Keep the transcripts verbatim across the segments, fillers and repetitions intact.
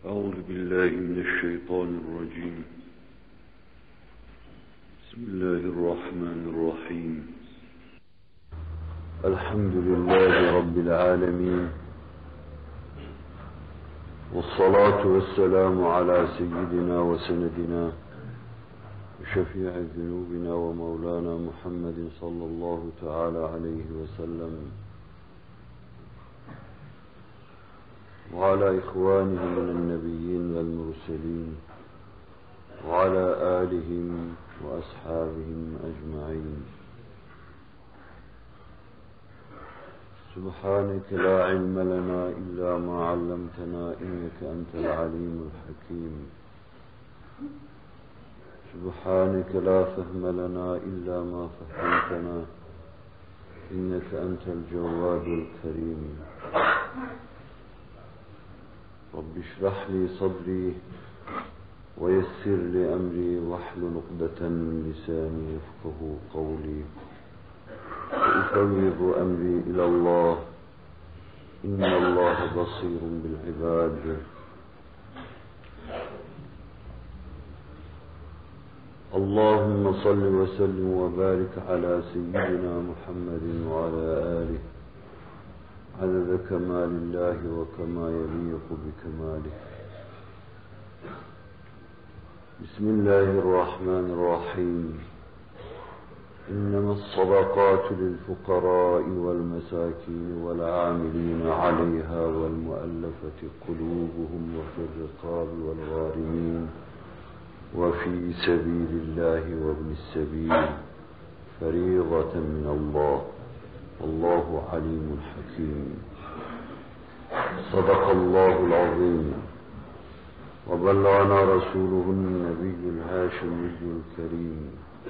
أعوذ بالله من الشيطان الرجيم. بسم الله الرحمن الرحيم. الحمد لله رب العالمين، والصلاة والسلام على سيدنا وسندنا وشفيع ذنوبنا ومولانا محمد صلى الله تعالى عليه وسلم، وعلى إخوانه من النبيين والمرسلين، وعلى آلهم وأصحابهم أجمعين. سبحانك لا علم لنا إلا ما علمتنا إنك أنت العليم الحكيم. سبحانك لا فهم لنا إلا ما فهمتنا إنك أنت الجواد الكريم. رب اشرح لي صدري ويسر لي أمري واحلل عقدة من لساني يفقه قولي، وأفوض أمري إلى الله إن الله بصير بالعباد. اللهم صل وسلم وبارك على سيدنا محمد وعلى آله عدد كمال الله وكما يليق بكماله. بسم الله الرحمن الرحيم. إنما الصدقات للفقراء والمساكين والعاملين عليها والمؤلفة قلوبهم وفي الرقاب والغارمين وفي سبيل الله وابن السبيل فريضة من الله والله عليم حكيم. صدق الله العظيم، وبلغنا رسوله النبي الهاشمي الكريم.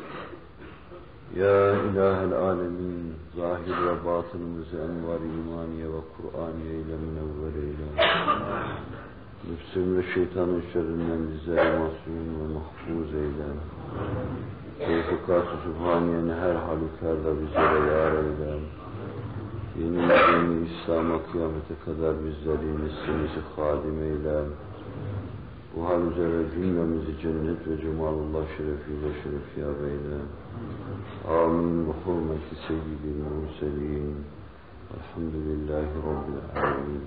Ya İlahel Alemin, zahir ve batınımızı envar-ı imaniye ve Kur'aniye ile münevver eyle. Nefsim ve şeytanın şerrinden bizleri masum ve mahfuz eyle. Tevfikat-ı Sübhaniye'ni her halükarda bizlere yar eyle. Yeni dini İslam'a kıyamete kadar bizleri neslimizi hadim eyle. Bu hal üzere cümlemizi cennet ve cemalullah şerefiyle şerefiyab eyle. Amin. Ve hurmeti seyyidil murselin. Elhamdülillahi Rabbil alemin.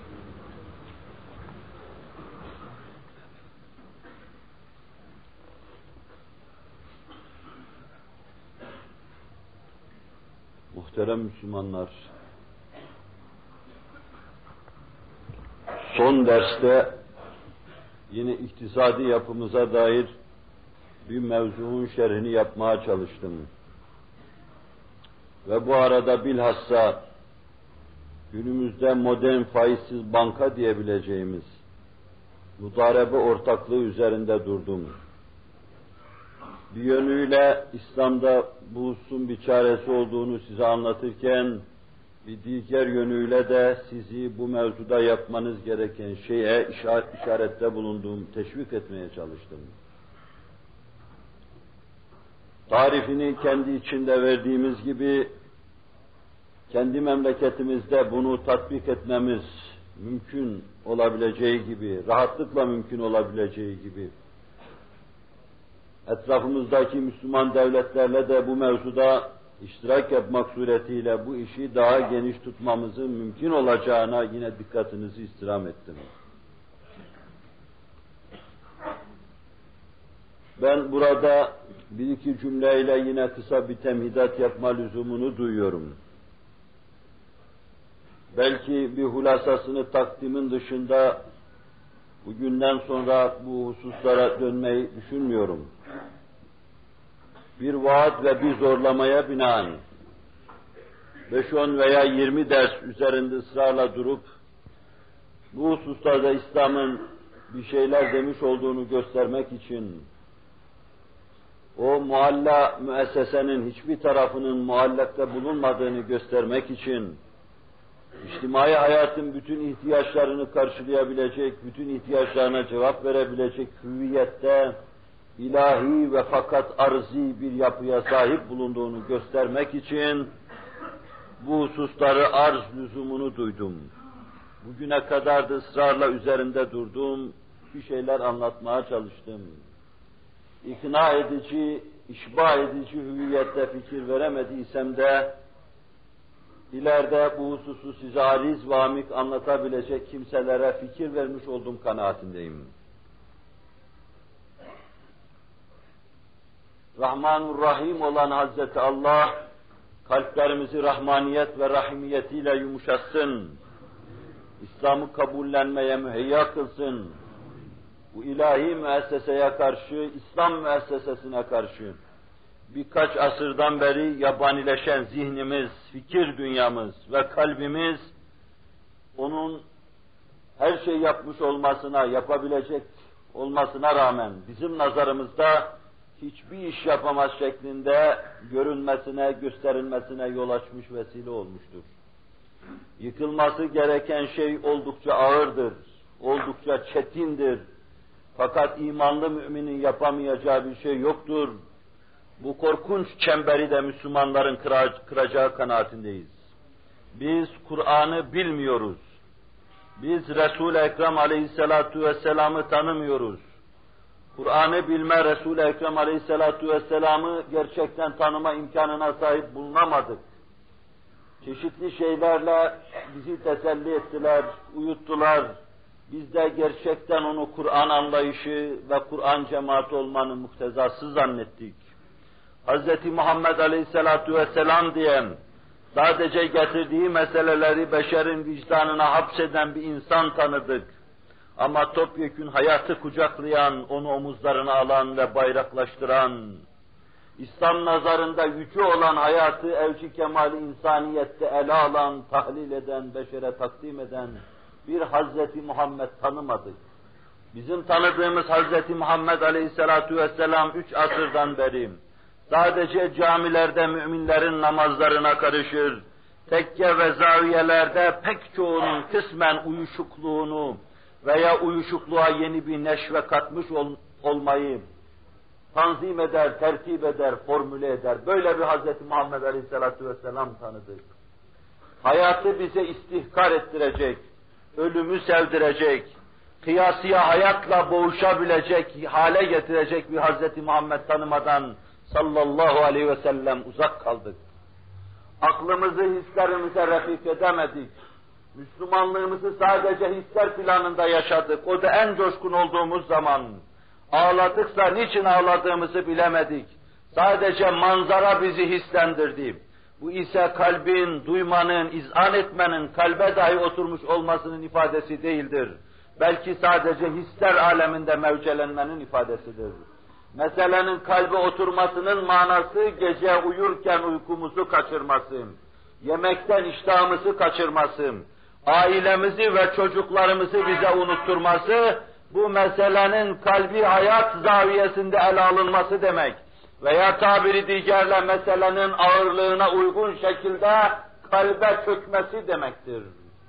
Muhterem Müslümanlar, son derste yine iktisadi yapımıza dair bir mevzuun şerhini yapmaya çalıştım. Ve bu arada bilhassa günümüzde modern faizsiz banka diyebileceğimiz mudarebe ortaklığı üzerinde durdum. Bir yönüyle İslam'da bu hususun bir çaresi olduğunu size anlatırken, bir diğer yönüyle de sizi bu mevzuda yapmanız gereken şeye işarette bulunduğum, teşvik etmeye çalıştım. Tarifini kendi içinde verdiğimiz gibi, kendi memleketimizde bunu tatbik etmemiz mümkün olabileceği gibi, rahatlıkla mümkün olabileceği gibi, etrafımızdaki Müslüman devletlerle de bu mevzuda iştirak yapmak suretiyle bu işi daha geniş tutmamızın mümkün olacağına yine dikkatinizi istirham ettim. Ben burada bir iki cümleyle yine kısa bir temhidat yapma lüzumunu duyuyorum. Belki bir hulasasını takdimin dışında bugünden sonra bu hususlara dönmeyi düşünmüyorum. Bir vaat ve bir zorlamaya binaen beş on veya yirmi ders üzerinde ısrarla durup bu hususlarda İslam'ın bir şeyler demiş olduğunu göstermek için, o mualla müessesenin hiçbir tarafının muallakta bulunmadığını göstermek için, İçtimai hayatın bütün ihtiyaçlarını karşılayabilecek, bütün ihtiyaçlarına cevap verebilecek hüviyette, ilahi ve fakat arzi bir yapıya sahip bulunduğunu göstermek için bu hususları arz lüzumunu duydum. bugüne kadar da ısrarla üzerinde durduğum bir şeyler anlatmaya çalıştım. İkna edici, işba edici hüviyette fikir veremediysem de ileride bu hususu size ariz ve amik anlatabilecek kimselere fikir vermiş olduğum kanaatindeyim. Rahmanur Rahim olan Hazreti Allah, kalplerimizi rahmaniyet ve rahimiyetiyle yumuşatsın, İslam'ı kabullenmeye müheyya kılsın, bu ilahi müesseseye karşı, İslam müessesesine karşı, birkaç asırdan beri yabanileşen zihnimiz, fikir dünyamız ve kalbimiz, onun her şey yapmış olmasına, yapabilecek olmasına rağmen bizim nazarımızda hiçbir iş yapamaz şeklinde görünmesine, gösterilmesine yol açmış vesile olmuştur. Yıkılması gereken şey oldukça ağırdır, oldukça çetindir. Fakat imanlı müminin yapamayacağı bir şey yoktur. Bu korkunç çemberi de Müslümanların kıracağı kanaatindeyiz. Biz Kur'an'ı bilmiyoruz. Biz Resul-i Ekrem Aleyhisselatu Vesselam'ı tanımıyoruz. Kur'an'ı bilme, Resul-i Ekrem Aleyhisselatu Vesselam'ı gerçekten tanıma imkanına sahip bulunamadık. Çeşitli şeylerle bizi teselli ettiler, uyuttular. Biz de gerçekten onu Kur'an anlayışı ve Kur'an cemaati olmanın muktezası zannettik. Hz. Muhammed Aleyhisselatu Vesselam diyen, sadece getirdiği meseleleri beşerin vicdanına hapseden bir insan tanıdık. Ama topyekün hayatı kucaklayan, onu omuzlarına alan ve bayraklaştıran, İslam nazarında yüce olan hayatı evci kemali insaniyette ele alan, tahlil eden, beşere takdim eden bir Hazreti Muhammed tanımadık. Bizim tanıdığımız Hazreti Muhammed Aleyhisselatu Vesselam üç asırdan beri sadece camilerde müminlerin namazlarına karışır, tekke ve zaviyelerde pek çoğunun kısmen uyuşukluğunu veya uyuşukluğa yeni bir neşve katmış ol, olmayı tanzim eder, tertip eder, formüle eder. Böyle bir Hazreti Muhammed Aleyhisselatü Vesselam tanıdık. Hayatı bize istihkar ettirecek, ölümü sevdirecek, kıyasıya hayatla boğuşabilecek, hale getirecek bir Hazreti Muhammed tanımadan sallallahu aleyhi ve sellem uzak kaldık. Aklımızı hislerimize refik edemedik. Müslümanlığımızı sadece hisler planında yaşadık. O da en coşkun olduğumuz zaman. Ağladıksa niçin ağladığımızı bilemedik. Sadece manzara bizi hislendirdi. Bu ise kalbin, duymanın, izan etmenin kalbe dahi oturmuş olmasının ifadesi değildir. Belki sadece hisler aleminde mevcelenmenin ifadesidir. Meselenin kalbe oturmasının manası gece uyurken uykumuzu kaçırması, yemekten iştahımızı kaçırması, ailemizi ve çocuklarımızı bize unutturması, bu meselenin kalbi hayat zaviyesinde ele alınması demek. Veya tabiri diğerle meselenin ağırlığına uygun şekilde kalbe çökmesi demektir.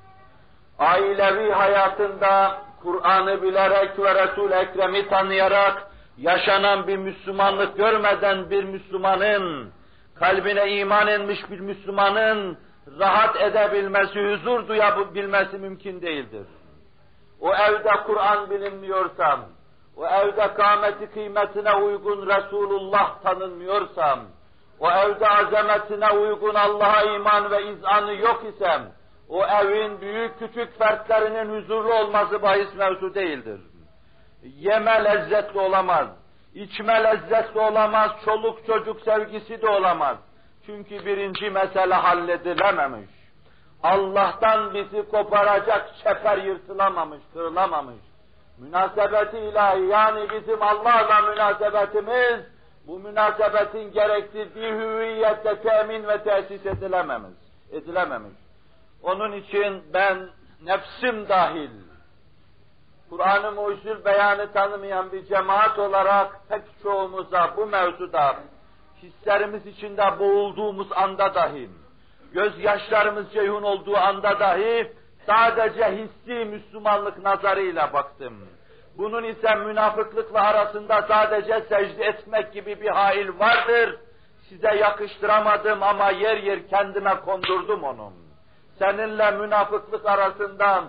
Ailevi hayatında Kur'an'ı bilerek ve Resul-i Ekrem'i tanıyarak yaşanan bir Müslümanlık görmeden bir Müslümanın, kalbine iman etmiş bir Müslümanın rahat edebilmesi, huzur duyabilmesi mümkün değildir. O evde Kur'an bilinmiyorsam, o evde kâmeti kıymetine uygun Resulullah tanınmıyorsam, o evde azametine uygun Allah'a iman ve izanı yok isem, o evin büyük küçük fertlerinin huzurlu olması bahis mevzu değildir. Yeme lezzetli olamaz, içme lezzetli olamaz, çoluk çocuk sevgisi de olamaz. Çünkü birinci mesele halledilememiş. Allah'tan bizi koparacak çeper yırtılamamış, kırılamamış. Münasebeti ilahi, yani bizim Allah'la münasebetimiz, bu münasebetin gerektirdiği hüviyette temin ve tesis edilememiş. edilememiş. Onun için ben nefsim dahil, Kur'an-ı Mucizül Beyan'ı tanımayan bir cemaat olarak pek çoğumuza bu mevzuda hislerimiz içinde boğulduğumuz anda dahi, gözyaşlarımız ceyhun olduğu anda dahi sadece hissi Müslümanlık nazarıyla baktım. Bunun ise münafıklıkla arasında sadece secde etmek gibi bir hail vardır. Size yakıştıramadım ama yer yer kendime kondurdum onu. Seninle münafıklık arasından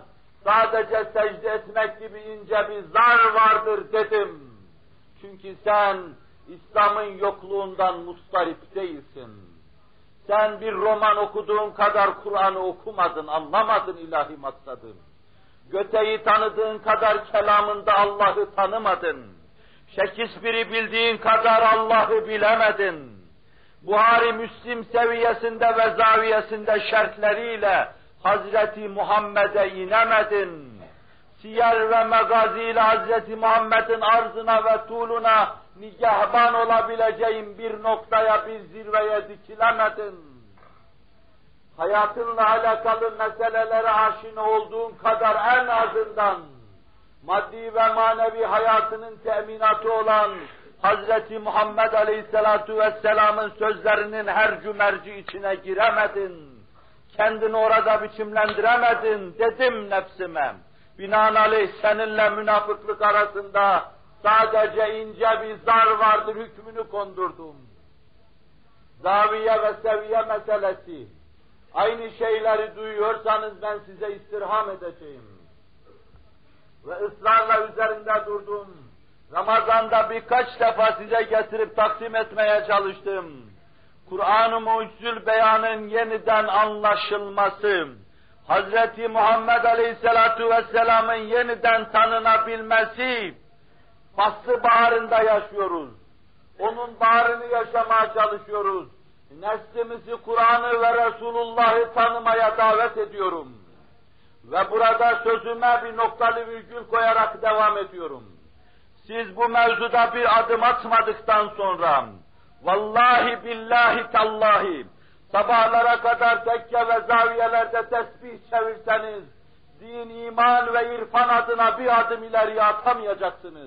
sadece secde etmek gibi ince bir zar vardır dedim. Çünkü sen İslam'ın yokluğundan mustarip değilsin. Sen bir roman okuduğun kadar Kur'an'ı okumadın, anlamadın ilahi maksadın. Göte'yi tanıdığın kadar kelamında Allah'ı tanımadın. Shakespeare'i bildiğin kadar Allah'ı bilemedin. Buhari Müslim seviyesinde ve zaviyesinde şerhleriyle Hazreti Muhammed'e inemedin. Siyer ve megaziyle Hazreti Muhammed'in arzına ve tuğluna nigahban olabileceğin bir noktaya, bir zirveye dikilemedin. Hayatınla alakalı meselelere aşina olduğun kadar en azından maddi ve manevi hayatının teminatı olan Hazreti Muhammed Aleyhisselatu Vesselam'ın sözlerinin her cümerci içine giremedin. Kendini orada biçimlendiremedin dedim nefsime. Binaenaleyh seninle münafıklık arasında sadece ince bir zar vardır, hükmünü kondurdum. Zaviye ve seviye meselesi. Aynı şeyleri duyuyorsanız ben size istirham edeceğim. Ve ısrarla üzerinde durdum. Ramazan'da birkaç defa size getirip takdim etmeye çalıştım. Kur'an-ı Mucizül Beyan'ın yeniden anlaşılması, Hazreti Muhammed Aleyhisselatu Vesselam'ın yeniden tanınabilmesi, faslı baharında yaşıyoruz. Onun baharını yaşamaya çalışıyoruz. Neslimizi Kur'an'ı ve Resulullah'ı tanımaya davet ediyorum. Ve burada sözüme bir noktalı virgül koyarak devam ediyorum. Siz bu mevzuda bir adım atmadıktan sonra, vallahi billahi tallahi, sabahlara kadar tekke ve zaviyelerde tesbih çevirseniz, din, iman ve irfan adına bir adım ileriye atamayacaksınız.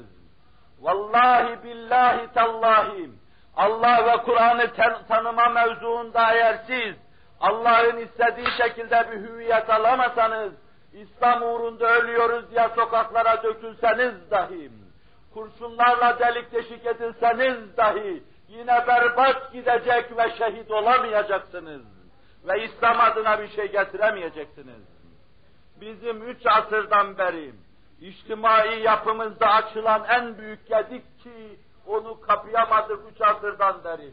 Vallahi billahi tallahi, Allah ve Kur'an'ı tanıma mevzuunda eğer siz, Allah'ın istediği şekilde bir hüviyet alamasanız, İslam uğrunda ölüyoruz diye sokaklara dökülseniz dahi, kurşunlarla delik deşik edilseniz dahi, yine berbat gidecek ve şehit olamayacaksınız. Ve İslam adına bir şey getiremeyeceksiniz. Bizim üç asırdan beri, içtimai yapımızda açılan en büyük gedik ki, onu kapayamadık üç asırdan beri.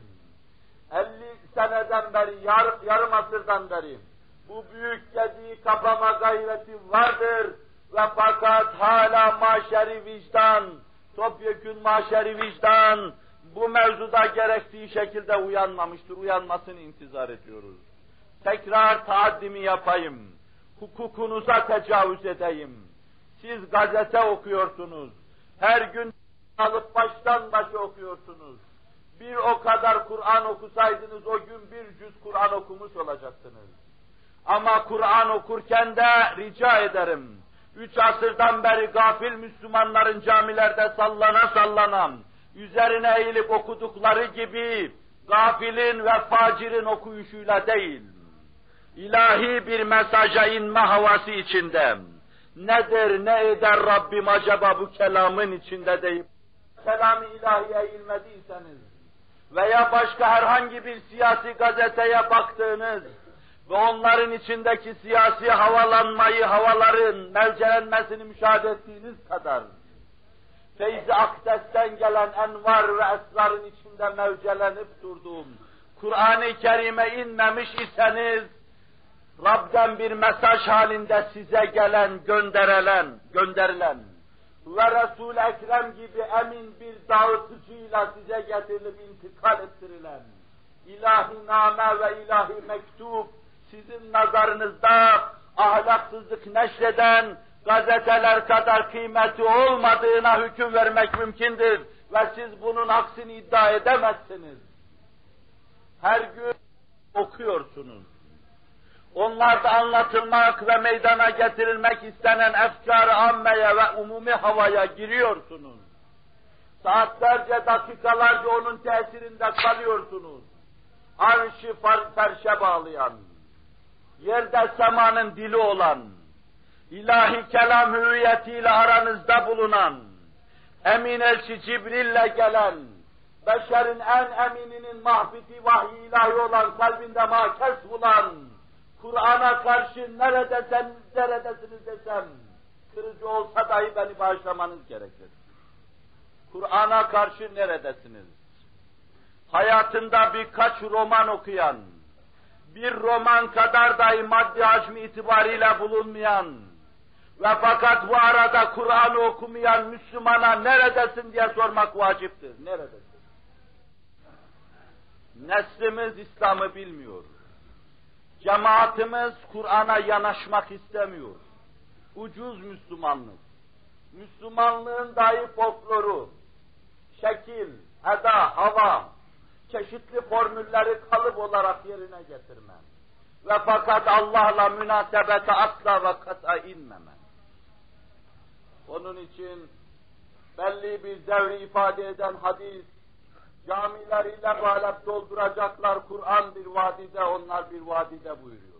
elli seneden beri, yar, yarım asırdan beri, bu büyük gediği kapama gayreti vardır ve fakat hala maşeri vicdan, topyekün maşeri vicdan, bu mevzuda gerektiği şekilde uyanmamıştır, uyanmasını intizar ediyoruz. Tekrar taaddimi yapayım, hukukunuza tecavüz edeyim. Siz gazete okuyorsunuz, her gün alıp baştan başa okuyorsunuz. Bir o kadar Kur'an okusaydınız o gün bir cüz Kur'an okumuş olacaksınız. Ama Kur'an okurken de rica ederim, üç asırdan beri gafil Müslümanların camilerde sallana sallanan, üzerine eğilip okudukları gibi gafilin ve facirin okuyuşuyla değil, ilahi bir mesaja inme havası içinde, nedir, ne eder Rabbim acaba bu kelamın içinde deyip, kelam-ı ilahiye eğilmediyseniz veya başka herhangi bir siyasi gazeteye baktığınız ve onların içindeki siyasi havalanmayı, havaların mevcelenmesini müşahede ettiğiniz kadar, feyz-i akdesten gelen envar ve esrarın içinde mevcelenip durduğum, Kur'an-ı Kerim'e inmemiş iseniz, Rab'den bir mesaj halinde size gelen, gönderilen, gönderilen ve Resul-i Ekrem gibi emin bir dağıtıcıyla size getirilip intikal ettirilen ilahi name ve ilahi mektup, sizin nazarınızda ahlaksızlık neşreden gazeteler kadar kıymeti olmadığına hüküm vermek mümkündür ve siz bunun aksini iddia edemezsiniz. Her gün okuyorsunuz. Onlarda anlatılmak ve meydana getirilmek istenen efkar-ı ammeye ve umumi havaya giriyorsunuz. Saatlerce, dakikalarca onun tesirinde kalıyorsunuz. Arşı ferşe bağlayan, yerde semanın dili olan, ilahi kelam hüviyetiyle aranızda bulunan, emin elçi Cibril'le gelen, beşerin en emininin mahfiti vahyi ilahi olan, kalbinde makes bulan, Kur'an'a karşı neredesiniz, neredesiniz desem, kırıcı olsa dahi beni bağışlamanız gerekir. Kur'an'a karşı neredesiniz? Hayatında birkaç roman okuyan, bir roman kadar dahi maddi hacmi itibariyle bulunmayan ve fakat bu arada Kur'an'ı okumayan Müslümana neredesin diye sormak vaciptir. Neredesin? Neslimiz İslam'ı bilmiyor. Cemaatimiz Kur'an'a yanaşmak istemiyor. Ucuz Müslümanlık. Müslümanlığın dahi folkloru, şekil, eda, hava, çeşitli formülleri kalıp olarak yerine getirme. Ve fakat Allah'la münasebete asla ve kata inmeme. Onun için belli bir devri ifade eden hadis, camileriyle bağlap dolduracaklar Kur'an bir vadide, onlar bir vadide buyuruyor.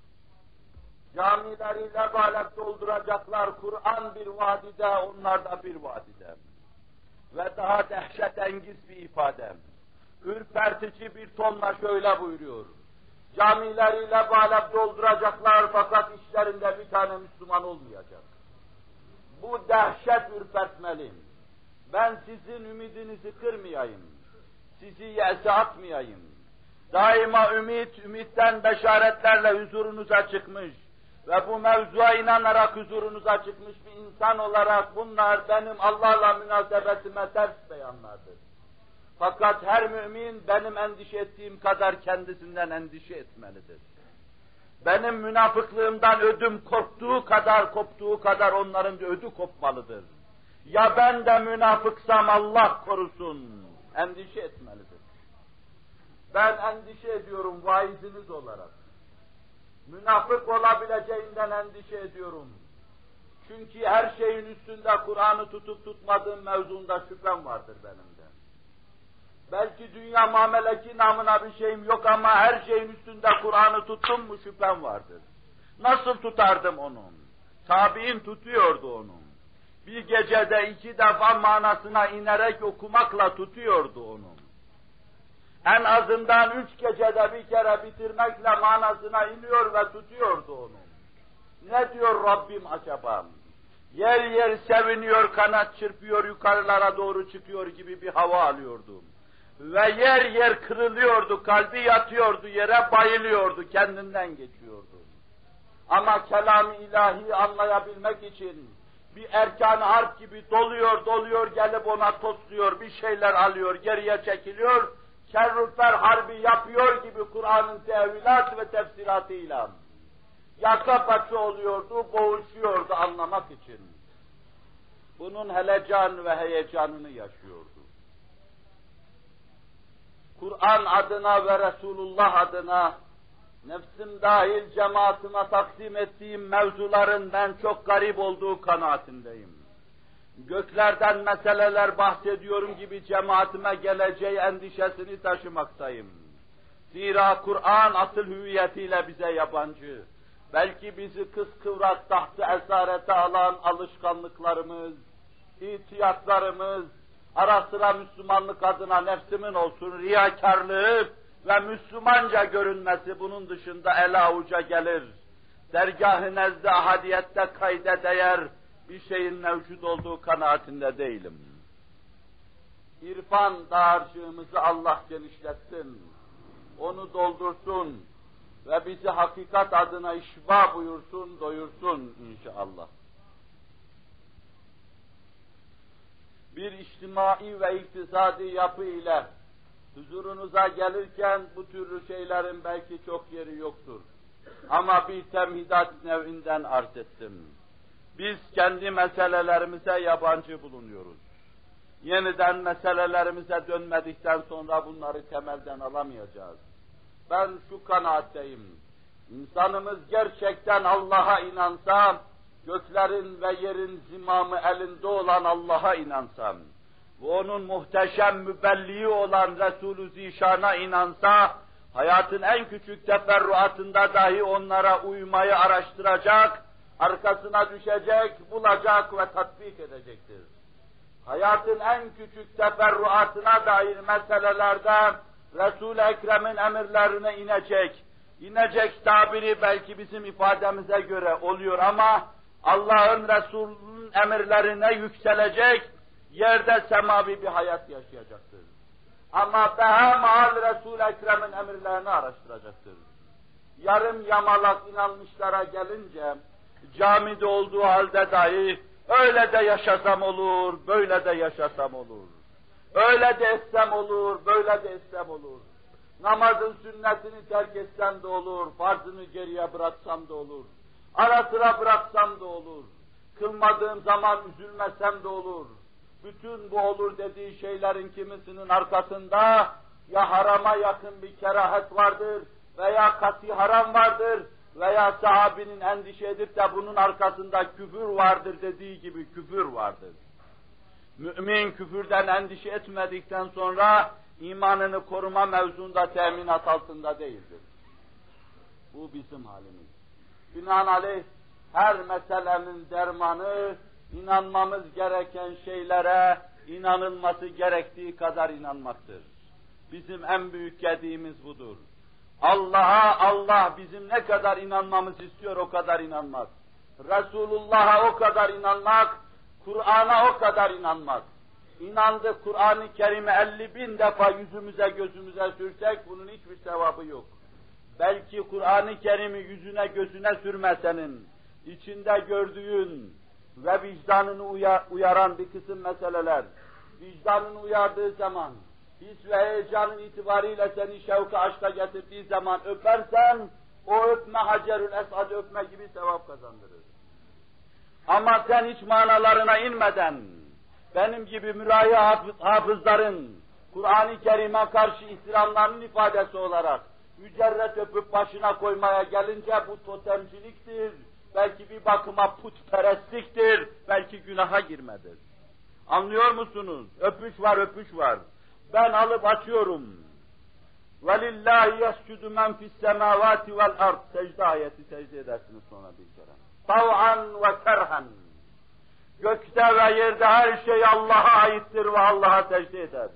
Camileriyle bağlap dolduracaklar Kur'an bir vadide, onlar da bir vadide. Ve daha dehşetengiz bir ifade, ürpertici bir tonla şöyle buyuruyor. Camileriyle bağlap dolduracaklar fakat işlerinde bir tane Müslüman olmayacak. Bu dehşet ürpertmeli. Ben sizin ümidinizi kırmayayım. Sizi yese atmayayım. Daima ümit, ümitten beşaretlerle huzurunuza çıkmış ve bu mevzuya inanarak huzurunuza çıkmış bir insan olarak bunlar benim Allah'la münasebetime ters beyanlardır. Fakat her mümin benim endişe ettiğim kadar kendisinden endişe etmelidir. Benim münafıklığımdan ödüm korktuğu kadar, koptuğu kadar onların da ödü kopmalıdır. Ya ben de münafıksam Allah korusun, endişe etmelidir. Ben endişe ediyorum vaiziniz olarak. Münafık olabileceğinden endişe ediyorum. Çünkü her şeyin üstünde Kur'an'ı tutup tutmadığım mevzunda şüphem vardır benim de. Belki dünya mameleki namına bir şeyim yok ama her şeyin üstünde Kur'an'ı tuttum mu şüphem vardır. Nasıl tutardım onu? Tabi'in tutuyordu onu. Bir gecede iki defa manasına inerek okumakla tutuyordu onu. En azından üç gecede bir kere bitirmekle manasına iniyor ve tutuyordu onu. Ne diyor Rabbim acaba? Yer yer seviniyor, kanat çırpıyor, yukarılara doğru çıkıyor gibi bir hava alıyordu. Ve yer yer kırılıyordu, kalbi yatıyordu, yere bayılıyordu, kendinden geçiyordu. Ama kelam-ı ilahi anlayabilmek için bir erkan-ı harp gibi doluyor, doluyor, gelip ona tosluyor, bir şeyler alıyor, geriye çekiliyor, kerrüfer harbi yapıyor gibi Kur'an'ın tevilat ve tefsiratıyla yaka paça oluyordu, boğuşuyordu anlamak için. Bunun helecan ve heyecanını yaşıyordu. Kur'an adına ve Resulullah adına nefsim dahil cemaatime takdim ettiğim mevzuların ben çok garip olduğu kanaatindeyim. Göklerden meseleler bahsediyorum gibi cemaatime geleceği endişesini taşımaktayım. Zira Kur'an asıl hüviyetiyle bize yabancı. Belki bizi kıskıvrak tahtı esarete alan alışkanlıklarımız, ihtiyatlarımız, ara sıra Müslümanlık adına nefsimin olsun riyakarlığı ve Müslümanca görünmesi bunun dışında ele avuca gelir. Dergâh-ı nezd-i ahadiyette kayda değer bir şeyin mevcut olduğu kanaatinde değilim. İrfan dağarcığımızı Allah genişletsin, onu doldursun ve bizi hakikat adına işba buyursun, doyursun inşallah. Bir içtimai ve iktisadi yapı ile huzurunuza gelirken bu türlü şeylerin belki çok yeri yoktur. Ama bir temhidat nevinden arz ettim. Biz kendi meselelerimize yabancı bulunuyoruz. Yeniden meselelerimize dönmedikten sonra bunları temelden alamayacağız. Ben şu kanaatteyim. İnsanımız gerçekten Allah'a inansa, göklerin ve yerin zimamı elinde olan Allah'a inansam ve onun muhteşem mübelliği olan Resulü Zişan'a inansa, hayatın en küçük teferruatında dahi onlara uymayı araştıracak, arkasına düşecek, bulacak ve tatbik edecektir. Hayatın en küçük teferruatına dair meselelerde Resul-i Ekrem'in emirlerine inecek, inecek tabiri belki bizim ifademize göre oluyor ama Allah'ın Resulü'nün emirlerine yükselecek, yerde semavi bir hayat yaşayacaktır. Ama behemhal Resul-i Ekrem'in emirlerini araştıracaktır. Yarım yamalak inanmışlara gelince, camide olduğu halde dahi, öyle de yaşasam olur, böyle de yaşasam olur. Öyle de etsem olur, böyle de etsem olur. Namazın sünnetini terk etsem de olur, farzını geriye bıraksam da olur. Ara sıra bıraksam da olur. Kılmadığım zaman üzülmesem de olur. Bütün bu olur dediği şeylerin kimisinin arkasında ya harama yakın bir kerahet vardır veya kati haram vardır veya sahabinin endişe edip de bunun arkasında küfür vardır dediği gibi küfür vardır. Mümin küfürden endişe etmedikten sonra imanını koruma mevzunda teminat altında değildir. Bu bizim halimiz. Binaenaleyh her meselenin dermanı, inanmamız gereken şeylere inanılması gerektiği kadar inanmaktır. Bizim en büyük gediğimiz budur. Allah'a Allah bizim ne kadar inanmamızı istiyor o kadar inanmak. Resulullah'a o kadar inanmak, Kur'an'a o kadar inanmak. İnandık Kur'an-ı Kerim'e elli bin defa yüzümüze gözümüze sürsek bunun hiçbir sevabı yok. Belki Kur'an-ı Kerim'i yüzüne gözüne sürmesenin, içinde gördüğün ve vicdanını uyar, uyaran bir kısım meseleler, vicdanını uyardığı zaman, his ve heyecanın itibariyle seni şevka aşka getirdiği zaman öpersen, o öpme Hacerül Esad'ı öpme gibi sevap kazandırır. Ama sen hiç manalarına inmeden, benim gibi mürahi hafızların, Kur'an-ı Kerim'e karşı ihtiramlarının ifadesi olarak, mücerret öpüp başına koymaya gelince bu totemciliktir, belki bir bakıma putperestliktir, belki günaha girmedir. Anlıyor musunuz? Öpüş var, öpüş var. Ben alıp açıyorum. وَلِلَّهِ يَسْجُدُ مَنْ فِي السَّمَاوَاتِ وَالْاَرْضِ Secde ayeti secde edersiniz sonra bir kere. طَوْعًا وَكَرْهًا Gökte ve yerde her şey Allah'a aittir ve Allah'a secde eder.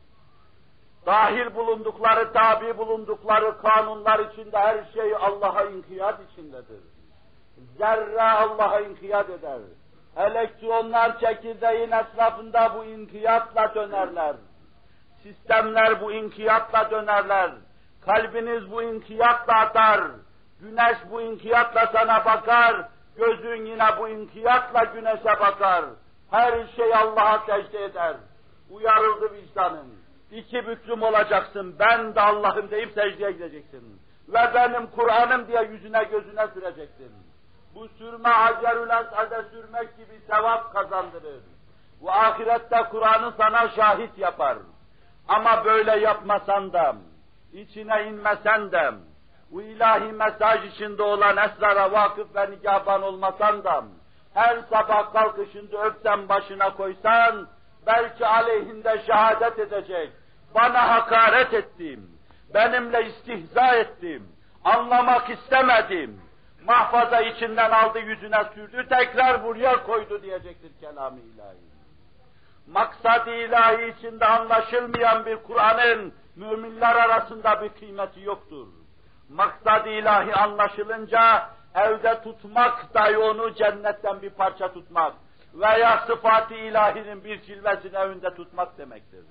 Dahil bulundukları, tabi bulundukları kanunlar içinde her şey Allah'a inkiyat içindedir. Zerre Allah'a inkiyat eder. Elektronlar çekirdeğin etrafında bu inkiyatla dönerler. Sistemler bu inkiyatla dönerler. Kalbiniz bu inkiyatla atar. Güneş bu inkiyatla sana bakar. Gözün yine bu inkiyatla güneşe bakar. Her şey Allah'a secde eder. Uyarıldı vicdanın. İki büklüm olacaksın. Ben de Allah'ım deyip secdeye gideceksin. Ve benim Kur'an'ım diye yüzüne gözüne süreceksin. Bu sürme Hacerül Esad'a sürmek gibi sevap kazandırır. Bu ahirette Kur'an'ı sana şahit yapar. Ama böyle yapmasan da, içine inmesen de, bu ilahi mesaj içinde olan esrara vakıf ve nigaban olmasan da, her sabah kalkışında öpsen başına koysan, belki aleyhinde şehadet edecek, bana hakaret ettim, benimle istihza ettim, anlamak istemedim, mahfaza içinden aldı yüzüne sürdü, tekrar buraya koydu diyecektir kelam-ı ilahi. Maksad-ı ilahi içinde anlaşılmayan bir Kur'an'ın müminler arasında bir kıymeti yoktur. Maksad-ı ilahi anlaşılınca evde tutmak dahi onu cennetten bir parça tutmak veya sıfat-ı ilahinin bir cilvesini evinde tutmak demektir.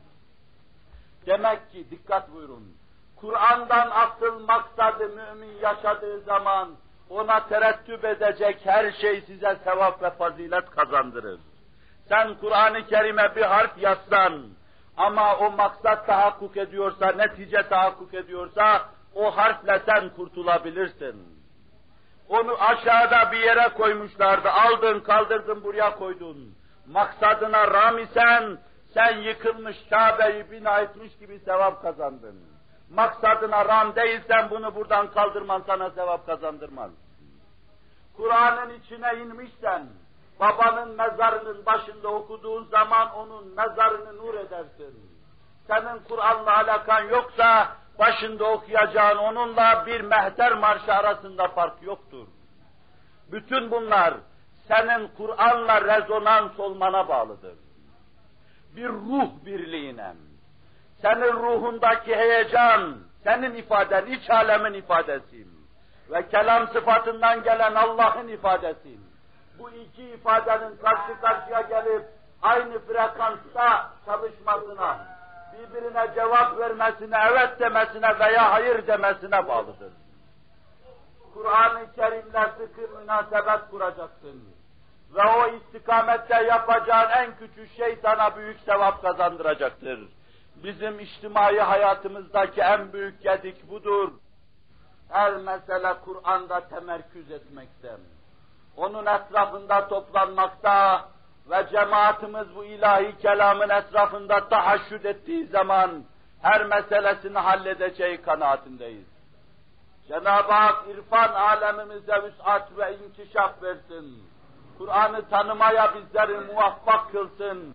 Demek ki dikkat buyurun, Kur'an'dan asıl maksadı mümin yaşadığı zaman ona terettüp edecek her şey size sevap ve fazilet kazandırır. Sen Kur'an-ı Kerim'e bir harf yazsan ama o maksat tahakkuk ediyorsa, netice tahakkuk ediyorsa o harfle sen kurtulabilirsin. Onu aşağıda bir yere koymuşlardı, aldın kaldırdın buraya koydun. Maksadına ram isen sen yıkılmış Kabe'yi bina etmiş gibi sevap kazandın. Maksadına ram değilsen bunu buradan kaldırman sana sevap kazandırmaz. Kur'an'ın içine inmişsen, babanın mezarının başında okuduğun zaman onun mezarını nur edersin. Senin Kur'an'la alakan yoksa, başında okuyacağın onunla bir mehter marşı arasında fark yoktur. Bütün bunlar senin Kur'an'la rezonans olmana bağlıdır. Bir ruh birliğine, senin ruhundaki heyecan, senin ifaden, iç alemin ifadesi ve kelam sıfatından gelen Allah'ın ifadesi. bu iki ifadenin karşı karşıya gelip aynı frekansta çalışmasına, birbirine cevap vermesine, evet demesine veya hayır demesine bağlıdır. Kur'an-ı Kerim'le sıkı münasebet kuracaksın. Ve o istikamette yapacağın en küçük şey sana büyük sevap kazandıracaktır. Bizim içtimai hayatımızdaki en büyük gedik budur. Her mesele Kur'an'da temerküz etmekte. Onun etrafında toplanmakta ve cemaatimiz bu ilahi kelamın etrafında tahaşşüd ettiği zaman her meselesini halledeceği kanaatindeyiz. Cenab-ı Hak irfan alemimize vüs'at ve inkişaf versin. Kur'an'ı tanımaya bizleri muvaffak kılsın.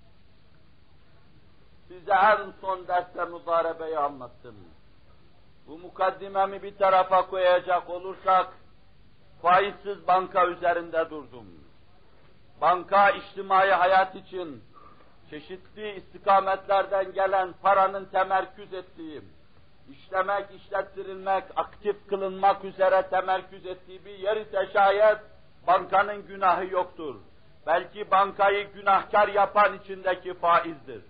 Size en son derste müdarebeyi anlattım. Bu mukaddimemi bir tarafa koyacak olursak, faizsiz banka üzerinde durdum. Banka, içtimai hayat için çeşitli istikametlerden gelen paranın temerküz ettiği, işlemek, işlettirilmek, aktif kılınmak üzere temerküz ettiği bir yer ise şayet bankanın günahı yoktur. Belki bankayı günahkar yapan içindeki faizdir.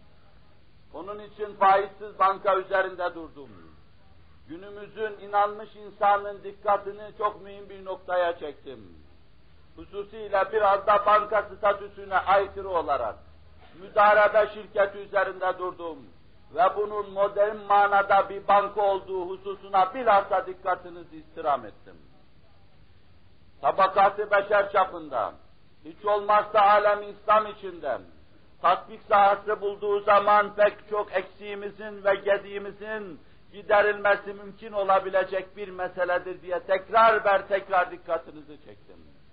Onun için faizsiz banka üzerinde durdum. Günümüzün inanmış insanın dikkatini çok mühim bir noktaya çektim. Hususiyle biraz da banka statüsüne aykırı olarak müdarebe şirketi üzerinde durdum. Ve bunun modern manada bir banka olduğu hususuna bilhassa dikkatinizi istirham ettim. Tabakatı beşer çapında, hiç olmazsa alem İslam içinde, tatbik sahası bulduğu zaman pek çok eksiğimizin ve gediğimizin giderilmesi mümkün olabilecek bir meseledir diye tekrar ber tekrar dikkatinizi çektim.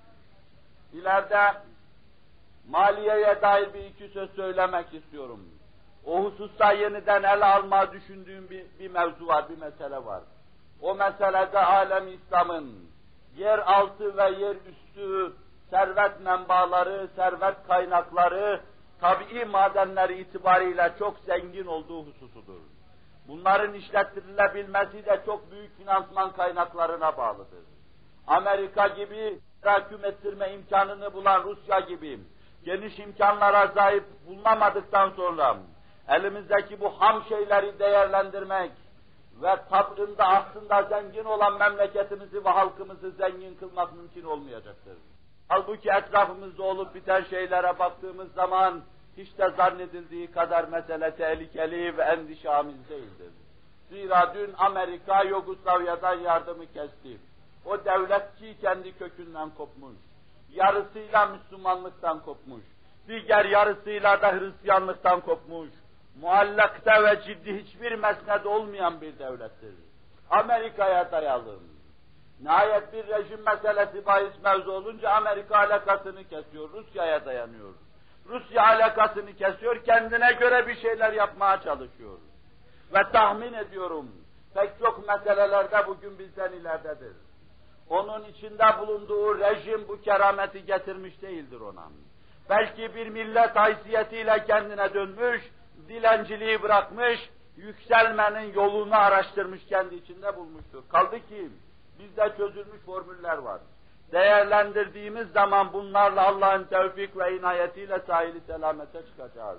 İleride maliyeye dair bir iki söz söylemek istiyorum. O hususta yeniden ele alma düşündüğüm bir, bir mevzu var, bir mesele var. O meselede alem İslam'ın yer altı ve yer üstü servet menbaları, servet kaynakları, tabii madenleri itibariyle çok zengin olduğu hususudur. Bunların işlettirilebilmesi de çok büyük finansman kaynaklarına bağlıdır. Amerika gibi tahkim ettirme imkanını bulan Rusya gibi geniş imkanlara sahip bulunamadıktan sonra elimizdeki bu ham şeyleri değerlendirmek ve tablında aslında zengin olan memleketimizi ve halkımızı zengin kılmak mümkün olmayacaktır. Halbuki etrafımızda olup biten şeylere baktığımız zaman hiç de zannedildiği kadar mesele tehlikeli ve endişamiz değildir. Zira dün Amerika Yugoslavya'dan yardımı kesti. O devletçi kendi kökünden kopmuş. Yarısıyla Müslümanlıktan kopmuş. Diğer yarısıyla da Hristiyanlıktan kopmuş. Muallakta ve ciddi hiçbir mesned olmayan bir devlettir. Amerika'ya dayalı. Nihayet bir rejim meselesi bahis mevzu olunca Amerika alakasını kesiyor, Rusya'ya dayanıyor. Rusya alakasını kesiyor, kendine göre bir şeyler yapmaya çalışıyor. Ve tahmin ediyorum, pek çok meselelerde bugün bizden ileridedir. Onun içinde bulunduğu rejim bu kerameti getirmiş değildir ona. Belki bir millet haysiyetiyle kendine dönmüş, dilenciliği bırakmış, yükselmenin yolunu araştırmış, kendi içinde bulmuştur. Kaldı ki bizde çözülmüş formüller var. Değerlendirdiğimiz zaman bunlarla Allah'ın tevfik ve inayetiyle sahili selamete çıkacağız.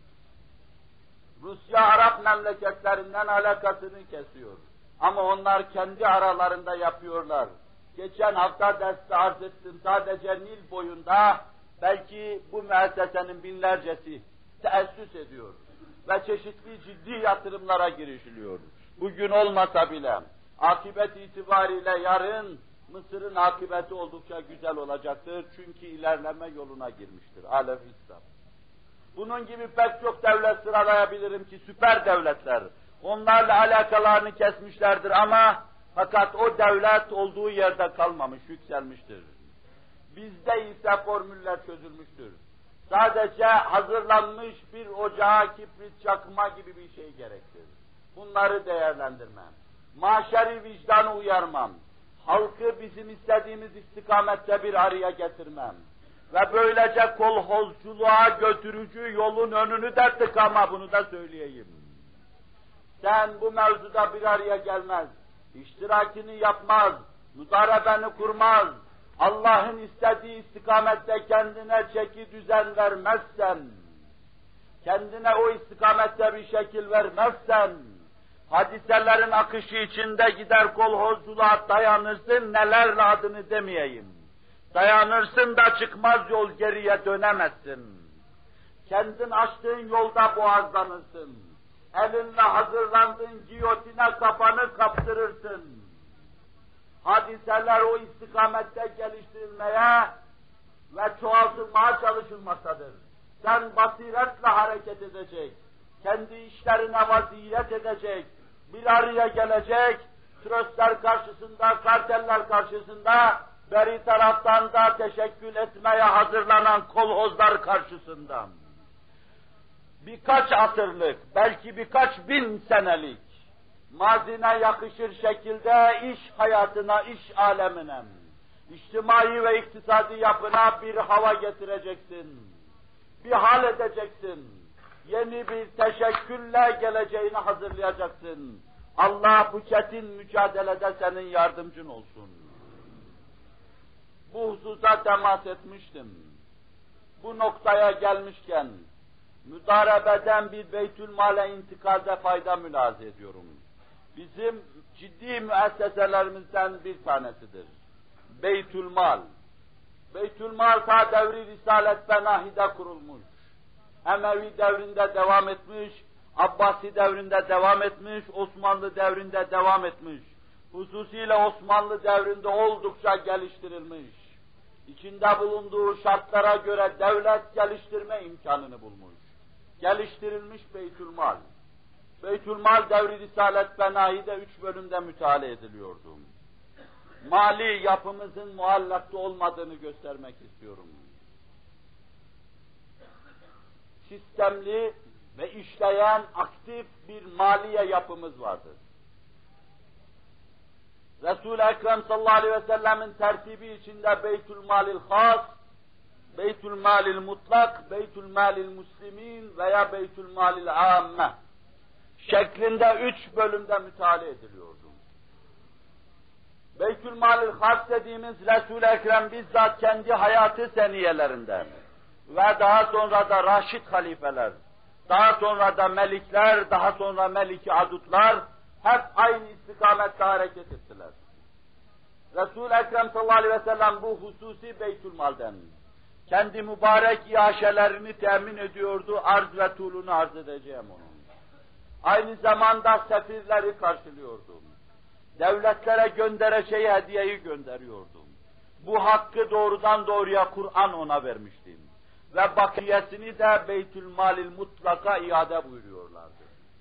Rusya Arap memleketlerinden alakasını kesiyor. Ama onlar kendi aralarında yapıyorlar. Geçen hafta derste arz ettim, sadece Nil boyunda belki bu müessesenin binlercesi teessüs ediyor ve çeşitli ciddi yatırımlara girişiliyor. Bugün olmasa bile akıbet itibariyle yarın Mısır'ın akıbeti oldukça güzel olacaktır. Çünkü ilerleme yoluna girmiştir alem İslam. Bunun gibi pek çok devlet sıralayabilirim ki süper devletler. Onlarla alakalarını kesmişlerdir ama fakat o devlet olduğu yerde kalmamış, yükselmiştir. Bizde ise formüller çözülmüştür. Sadece hazırlanmış bir ocağa kibrit çakma gibi bir şey gerektir. Bunları değerlendirmem. Maşeri vicdanı uyarmam. Halkı bizim istediğimiz istikamette bir araya getirmem. Ve böylece kolhozculuğa götürücü yolun önünü de tıkama, bunu da söyleyeyim. Sen bu mevzuda bir araya gelmez, iştirakini yapmaz, mudarebeni kurmaz, Allah'ın istediği istikamette kendine çeki düzen vermezsen, kendine o istikamette bir şekil vermezsen, hadiselerin akışı içinde gider kolhozculuğa dayanırsın, nelerle adını demeyeyim. Dayanırsın da çıkmaz yol geriye dönemezsin. Kendin açtığın yolda boğazlanırsın. Elinle hazırlandığın giyotine kafanı kaptırırsın. Hadiseler o istikamette geliştirilmeye ve çoğaltılmaya çalışılmaktadır. Sen basiretle hareket edecek, kendi işlerine vaziyet edecek, bir araya gelecek, tröstler karşısında, karteller karşısında, beri taraftan da teşekkül etmeye hazırlanan kolhozlar karşısında. Birkaç asırlık, belki birkaç bin senelik, mazine yakışır şekilde iş hayatına, iş alemine, içtimai ve iktisadi yapına bir hava getireceksin, bir hal edeceksin, yeni bir teşekkülle geleceğini hazırlayacaksın. Allah bu çetin mücadelede senin yardımcın olsun. Bu hususa temas etmiştim. Bu noktaya gelmişken, müdarebeden bir beytülmale intikaze fayda mülahaza ediyorum. Bizim ciddi müesseselerimizden bir tanesidir. Beytülmal. Beytülmal ta devri Risalet Benahi'de kurulmuş. Emevi devrinde devam etmiş, Abbasi devrinde devam etmiş, Osmanlı devrinde devam etmiş. Hususiyle Osmanlı devrinde oldukça geliştirilmiş. İçinde bulunduğu şartlara göre devlet geliştirme imkanını bulmuş. Geliştirilmiş Beytülmal. Beytülmal devri Risalet Benahi'de üç bölümde müteala ediliyordu. Mali yapımızın muallakta olmadığını göstermek istiyorum. Sistemli ve işleyen aktif bir maliye yapımız vardır. Resul-i Ekrem sallallahu aleyhi ve sellemin tertibi içinde Beytülmalil Has, Beytülmalil Mutlak, Beytülmalil Müslimin veya Beytülmalil Amme şeklinde üç bölümde müteala ediliyordu. Beytülmalil Has dediğimiz Resul-i Ekrem bizzat kendi hayatı seniyelerinden ve daha sonra da Raşid halifeler, daha sonra da melikler, daha sonra meliki adutlar hep aynı istikamette hareket ettiler. Resul-i Ekrem sallallahu aleyhi ve sellem bu hususi Beytülmal'den kendi mübarek iaşelerini temin ediyordu, arz ve tulunu arz edeceğim onun. Aynı zamanda sefirleri karşılıyordum. Devletlere göndereceği hediyeyi gönderiyordum. Bu hakkı doğrudan doğruya Kur'an ona vermiştim. Ve bakiyesini de Beytülmalil Mutlaka iade buyuruyorlardı.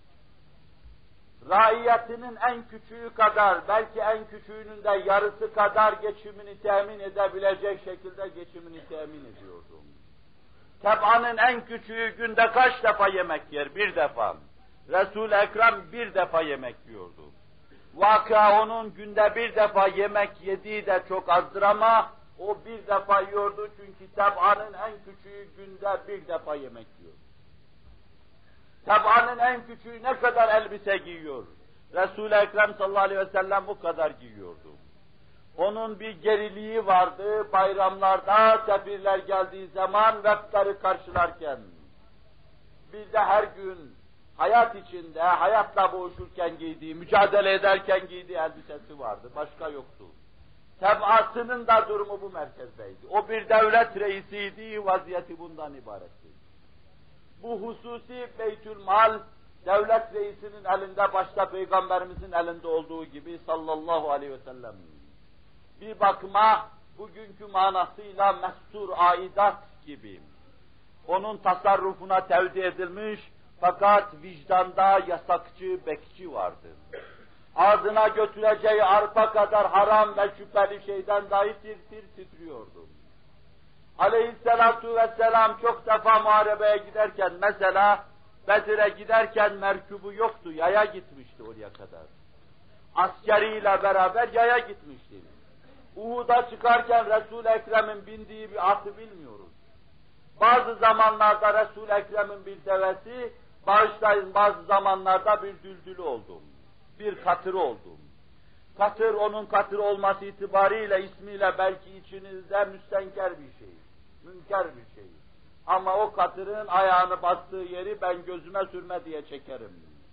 Raiyetinin en küçüğü kadar, belki en küçüğünün de yarısı kadar geçimini temin edebilecek şekilde geçimini temin ediyordum. Teb'anın en küçüğü günde kaç defa yemek yer? Bir defa. Resul-i Ekrem bir defa yemek yiyordu. Vaka onun günde bir defa yemek yediği de çok azdır ama o bir defa yiyordu çünkü teb'anın en küçüğü günde bir defa yemek yiyor. Teb'anın en küçüğü ne kadar elbise giyiyor? Resul-i Ekrem sallallahu aleyhi ve sellem o kadar giyiyordu. Onun bir geriliği vardı, bayramlarda sefirler geldiği zaman vefleri karşılarken, bir de her gün hayat içinde, hayatla boğuşurken giydiği, mücadele ederken giydiği elbisesi vardı, başka yoktu. Teb'asının da durumu bu merkezdeydi. O bir devlet reisiydi, vaziyeti bundan ibaretti. Bu hususi Beytülmal, devlet reisinin elinde, başta Peygamberimizin elinde olduğu gibi sallallahu aleyhi ve sellem. Bir bakıma bugünkü manasıyla mestur aidat gibi. Onun tasarrufuna tevdi edilmiş, fakat vicdanda yasakçı, bekçi vardı. Ağzına götüreceği arpa kadar haram ve şüpheli şeyden dahi tir tir titriyordu. Aleyhisselatu vesselam çok defa muharebeye giderken, mesela Bedir'e giderken merkubu yoktu, yaya gitmişti oraya kadar. Askeriyle beraber yaya gitmişti. Uhud'a çıkarken Resul-i Ekrem'in bindiği bir atı bilmiyoruz. Bazı zamanlarda Resul-i Ekrem'in bir devesi, bağışlayın bazı zamanlarda bir düldülü oldum, bir katırı oldum. Katır onun katır olması itibariyle, ismiyle belki içinizde müstenker bir şey, münker bir şey. Ama o katırın ayağını bastığı yeri ben gözüme sürme diye çekerim.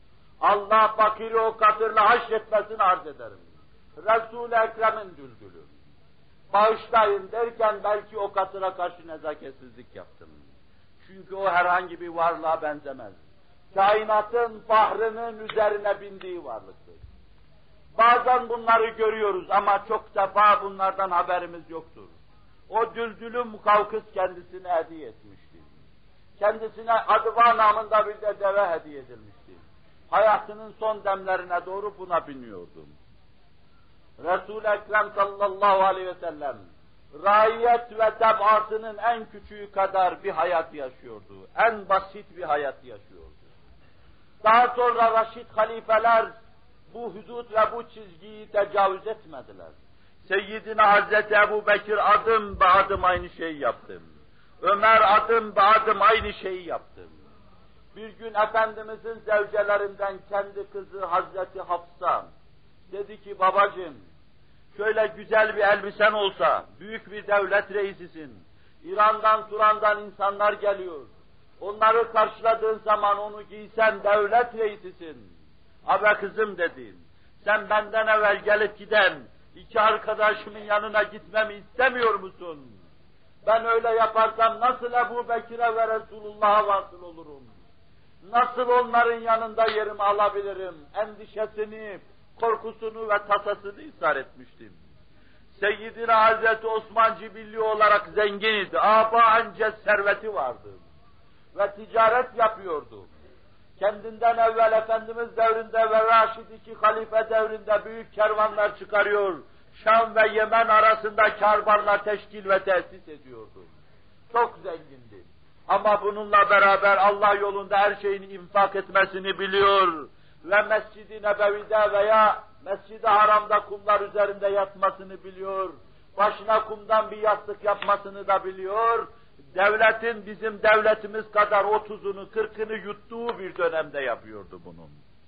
Allah fakiri o katırla haşretmesini arz ederim. Resul-i Ekrem'in düldülü. Bağışlayın derken belki o katıra karşı nezaketsizlik yaptım. Çünkü o herhangi bir varlığa benzemez. Kainatın fahrının üzerine bindiği varlıktır. Bazen bunları görüyoruz ama çok defa bunlardan haberimiz yoktur. O düldülü Mukavkıs kendisine hediye etmişti. Kendisine Adıva namında bir de deve hediye edilmişti. Hayatının son demlerine doğru buna biniyordum. Resul-i Ekrem sallallahu aleyhi ve sellem, raiyet ve tebasının en küçüğü kadar bir hayat yaşıyordu. En basit bir hayat yaşıyordu. Daha sonra Raşid halifeler bu hudut ve bu çizgiyi tecavüz etmediler. Seyyidina Hazreti Ebu Bekir adım be adım aynı şeyi yaptım. Ömer adım be adım aynı şeyi yaptım. Bir gün Efendimizin zevcelerinden kendi kızı Hazreti Hafsa dedi ki, babacığım, şöyle güzel bir elbisen olsa, büyük bir devlet reisisin, İran'dan, Turan'dan insanlar geliyor, onları karşıladığın zaman onu giysen devlet reisisin. Abi kızım dedim, sen benden evvel gelip giden iki arkadaşımın yanına gitmemi istemiyor musun? Ben öyle yaparsam nasıl Ebu Bekir'e ve Resulullah'a vasıl olurum? Nasıl onların yanında yerimi alabilirim? Endişesini, korkusunu ve tasasını ishar etmiştim. Seyyidina Hazreti Osman cibilli olarak zengin idi. Aba önce serveti vardı. Ve ticaret yapıyordu. Kendinden evvel Efendimiz devrinde ve Raşid iki halife devrinde büyük kervanlar çıkarıyor. Şam ve Yemen arasında karvanlar teşkil ve tesis ediyordu. Çok zengindi. Ama bununla beraber Allah yolunda her şeyini infak etmesini biliyor ve Mescid-i Nebevi'de veya Mescid-i Haram'da kumlar üzerinde yatmasını biliyor, başına kumdan bir yastık yapmasını da biliyor, devletin bizim devletimiz kadar otuzunu, kırkını yuttuğu bir dönemde yapıyordu bunun.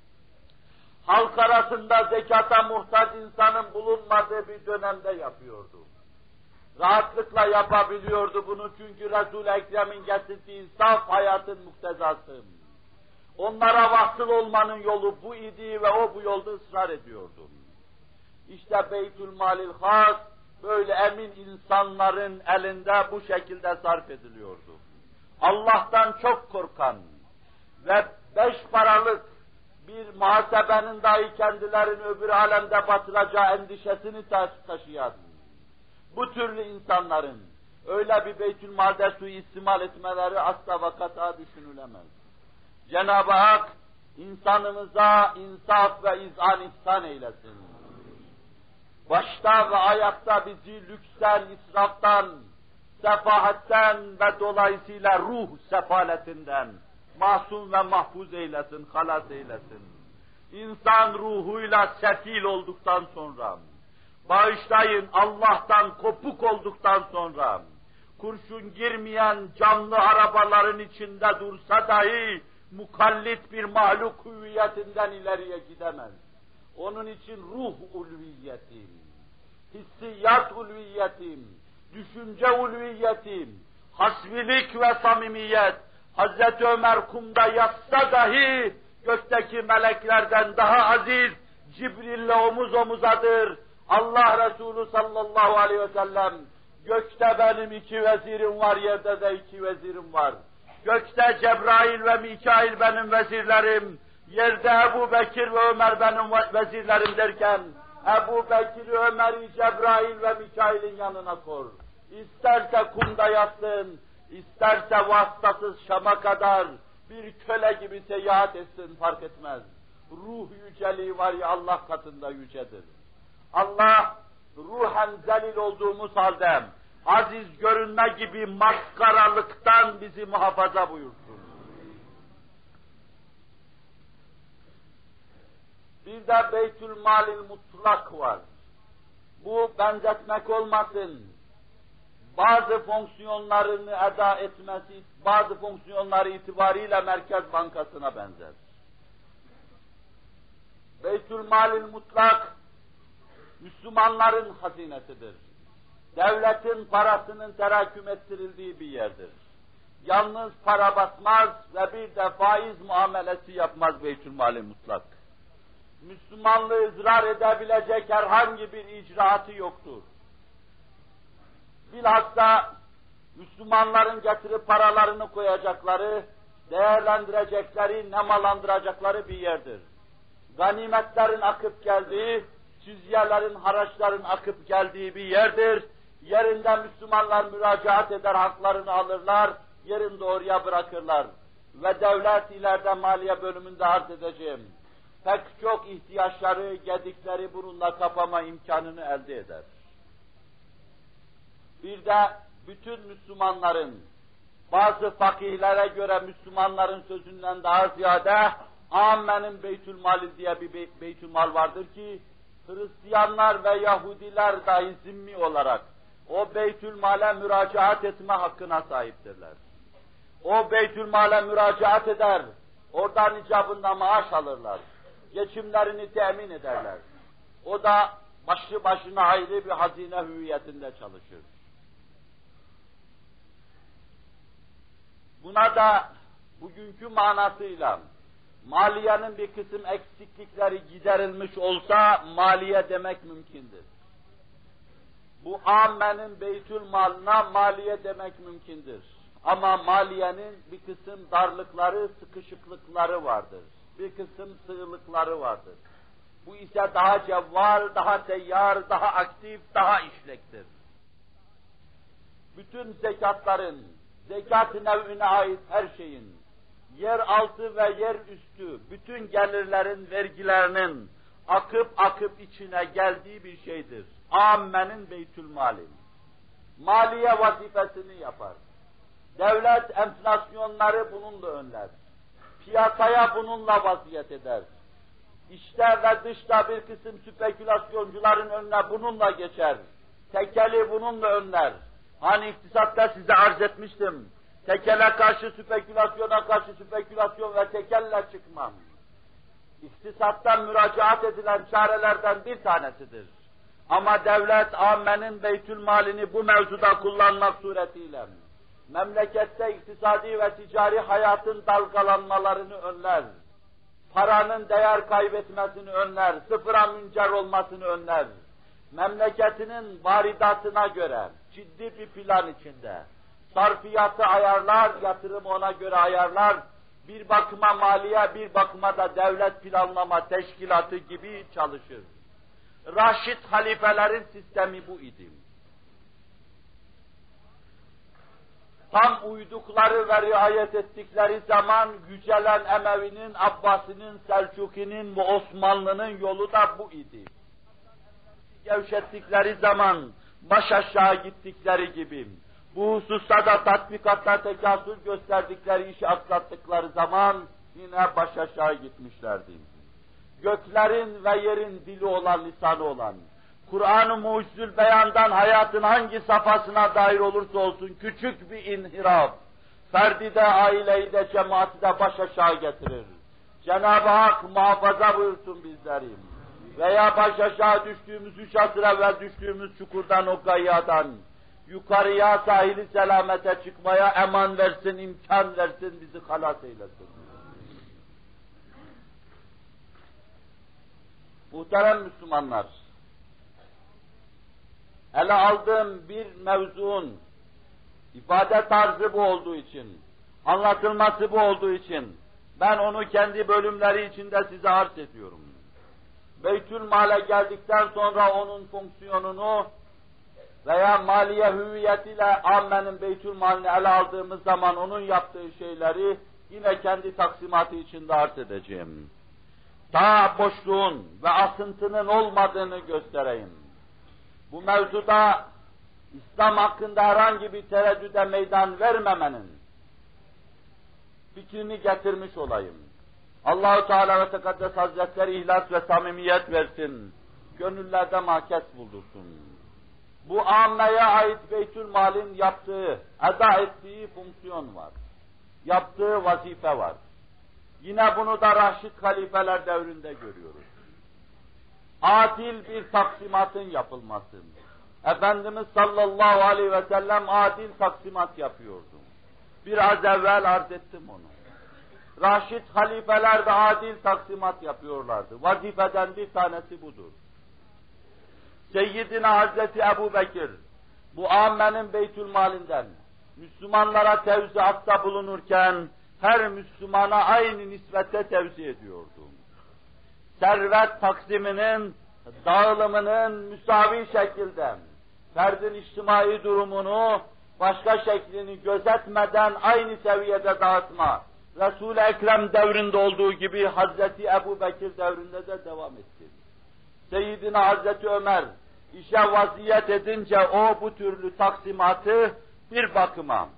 Halk arasında zekata muhtaç insanın bulunmadığı bir dönemde yapıyordu. Rahatlıkla yapabiliyordu bunu çünkü Resul-i Ekrem'in getirdiği saf hayatın muktezası. Onlara vasıl olmanın yolu bu idi ve o bu yolda ısrar ediyordu. İşte Beytül Malil Has böyle emin insanların elinde bu şekilde sarf ediliyordu. Allah'tan çok korkan ve beş paralık bir muhasebenin dahi kendilerini öbür alemde batıracağı endişesini taşıyan bu türlü insanların öyle bir Beytülmal'de suistimal etmeleri asla vakata düşünülemez. Cenab-ı Hak insanımıza insaf ve izan ihsan eylesin. Başta ve ayakta bizi lüksten, israftan, sefahetten ve dolayısıyla ruh sefaletinden masum ve mahfuz eylesin, halas eylesin. İnsan ruhuyla sefil olduktan sonra, bağışlayın Allah'tan kopuk olduktan sonra, kurşun girmeyen canlı arabaların içinde dursa dahi, mukallit bir mahluk hüviyetinden ileriye gidemez. Onun için ruh ulviyetim, hissiyat ulviyetim, düşünce ulviyetim, hasbilik ve samimiyet, Hazreti Ömer kumda yatsa dahi, gökteki meleklerden daha aziz, Cibril'le omuz omuzadır. Allah Resulü sallallahu aleyhi ve sellem, gökte benim iki vezirim var, yerde de iki vezirim var. Gökte Cebrail ve Mikail benim vezirlerim, yerde Ebu Bekir ve Ömer benim vezirlerim derken, Ebu Bekir, Ömer'i Cebrail ve Mikail'in yanına kor. İsterse kumda yatsın, isterse vasıtasız Şam'a kadar bir köle gibi seyahat etsin fark etmez. Ruh yüceliği var ya Allah katında yücedir. Allah ruhen zelil olduğumuz halde aziz görünme gibi maskaralıktan bizi muhafaza buyursun. Bir de Beytül Malil Mutlak var. Bu benzetmek olmasın. Bazı fonksiyonlarını eda etmesi, bazı fonksiyonları itibariyle Merkez Bankası'na benzer. Beytül Malil Mutlak, Müslümanların hazinesidir. Devletin parasının terakküm ettirildiği bir yerdir. Yalnız para batmaz ve bir de faiz muamelesi yapmaz Beytülmali mutlak. Müslümanlığı ızrar edebilecek herhangi bir icraatı yoktur. Bilhassa Müslümanların getirip paralarını koyacakları, değerlendirecekleri, nemalandıracakları bir yerdir. Ganimetlerin akıp geldiği, cizyelerin, haraçların akıp geldiği bir yerdir. Yerinde Müslümanlar müracaat eder, haklarını alırlar, yerinde oraya bırakırlar. Ve devlet ileride maliye bölümünde arz edeceğim. Pek çok ihtiyaçları, gedikleri bununla kapama imkanını elde eder. Bir de bütün Müslümanların, bazı fakihlere göre Müslümanların sözünden daha ziyade âmmenin beytülmali diye bir beytülmal vardır ki, Hristiyanlar ve Yahudiler dahi zimmi olarak o beytülmale müracaat etme hakkına sahiptirler. O beytülmale müracaat eder, oradan icabında maaş alırlar, geçimlerini temin ederler. O da başlı başına ayrı bir hazine hüviyetinde çalışır. Buna da bugünkü manasıyla maliyenin bir kısım eksiklikleri giderilmiş olsa maliye demek mümkündür. Bu âmmenin beytülmalına maliye demek mümkündür. Ama maliyenin bir kısım darlıkları, sıkışıklıkları vardır. Bir kısım sığlıkları vardır. Bu ise daha cevval, daha seyyar, daha aktif, daha işlektir. Bütün zekatların, zekat nev'ine ait her şeyin, yer altı ve yer üstü, bütün gelirlerin, vergilerinin akıp akıp içine geldiği bir şeydir. Âmmenin beytülmali. Maliye vazifesini yapar. Devlet enflasyonları bununla önler. Piyasaya bununla vaziyet eder. İçte ve dışta bir kısım spekülasyoncuların önüne bununla geçer. Tekeli bununla önler. Hani iktisatta size arz etmiştim. Tekele karşı spekülasyona karşı spekülasyon ve tekelle çıkmam. İktisattan müracaat edilen çarelerden bir tanesidir. Ama devlet âmmenin beytülmalini bu mevzuda kullanmak suretiyle memlekette iktisadi ve ticari hayatın dalgalanmalarını önler. Paranın değer kaybetmesini önler, sıfıra müncer olmasını önler. Memleketinin varidatına göre ciddi bir plan içinde sarfiyatı ayarlar, yatırım ona göre ayarlar, bir bakıma maliye, bir bakıma da devlet planlama teşkilatı gibi çalışır. Raşid halifelerin sistemi bu idi. Tam uydukları ve riayet ettikleri zaman yücelen Emevi'nin, Abbasi'nin, Selçuki'nin ve Osmanlı'nın yolu da bu idi. Gevşettikleri zaman baş aşağı gittikleri gibi, bu hususta da tatbikatta tekasül gösterdikleri işi aksattıkları zaman yine baş aşağı gitmişlerdi. Göklerin ve yerin dili olan, lisanı olan, Kur'an-ı Mucizül Beyan'dan hayatın hangi safhasına dair olursa olsun küçük bir inhiraf, ferdi de, aileyi de, cemaati de baş aşağı getirir. Cenab-ı Hak muhafaza buyursun bizleri. Veya baş aşağı düştüğümüz, üç asır evvel düştüğümüz çukurdan, o gayyadan, yukarıya sahili selamete çıkmaya eman versin, imkan versin, bizi halas eylesin. Muhterem Müslümanlar, ele aldığım bir mevzuun ifade tarzı bu olduğu için, anlatılması bu olduğu için, ben onu kendi bölümleri içinde size arz ediyorum. Beytülmal'e geldikten sonra onun fonksiyonunu veya maliye hüviyetiyle âmmenin beytülmalini ele aldığımız zaman onun yaptığı şeyleri yine kendi taksimatı içinde arz edeceğim. Ta boşluğun ve asıntının olmadığını göstereyim. Bu mevzuda İslam hakkında herhangi bir tereddüde meydan vermemenin fikrini getirmiş olayım. Allah-u Teala ve Tekaddes Hazretleri ihlas ve samimiyet versin, gönüllerde mahkes buldursun. Bu âmmeye ait Beytülmal'in yaptığı, eda ettiği fonksiyon var. Yaptığı vazife var. Yine bunu da Raşid halifeler devrinde görüyoruz. adil bir taksimatın yapılması. Efendimiz sallallahu aleyhi ve sellem adil taksimat yapıyordu. Biraz evvel arz ettim onu. Raşid halifeler de adil taksimat yapıyorlardı. Vazifeden bir tanesi budur. Seyyidina Hazreti Ebu Bekir, bu ammenin beytülmalinden Müslümanlara tevziatta bulunurken her Müslümana aynı nispette tevzi ediyordu. Servet taksiminin, dağılımının müsavi şekilde ferdin içtimai durumunu başka şeklini gözetmeden aynı seviyede dağıtma, Resul-i Ekrem devrinde olduğu gibi Hazreti Ebu Bekir devrinde de devam etti. Seyyidina Hazreti Ömer işe vaziyet edince o bu türlü taksimatı bir bakıma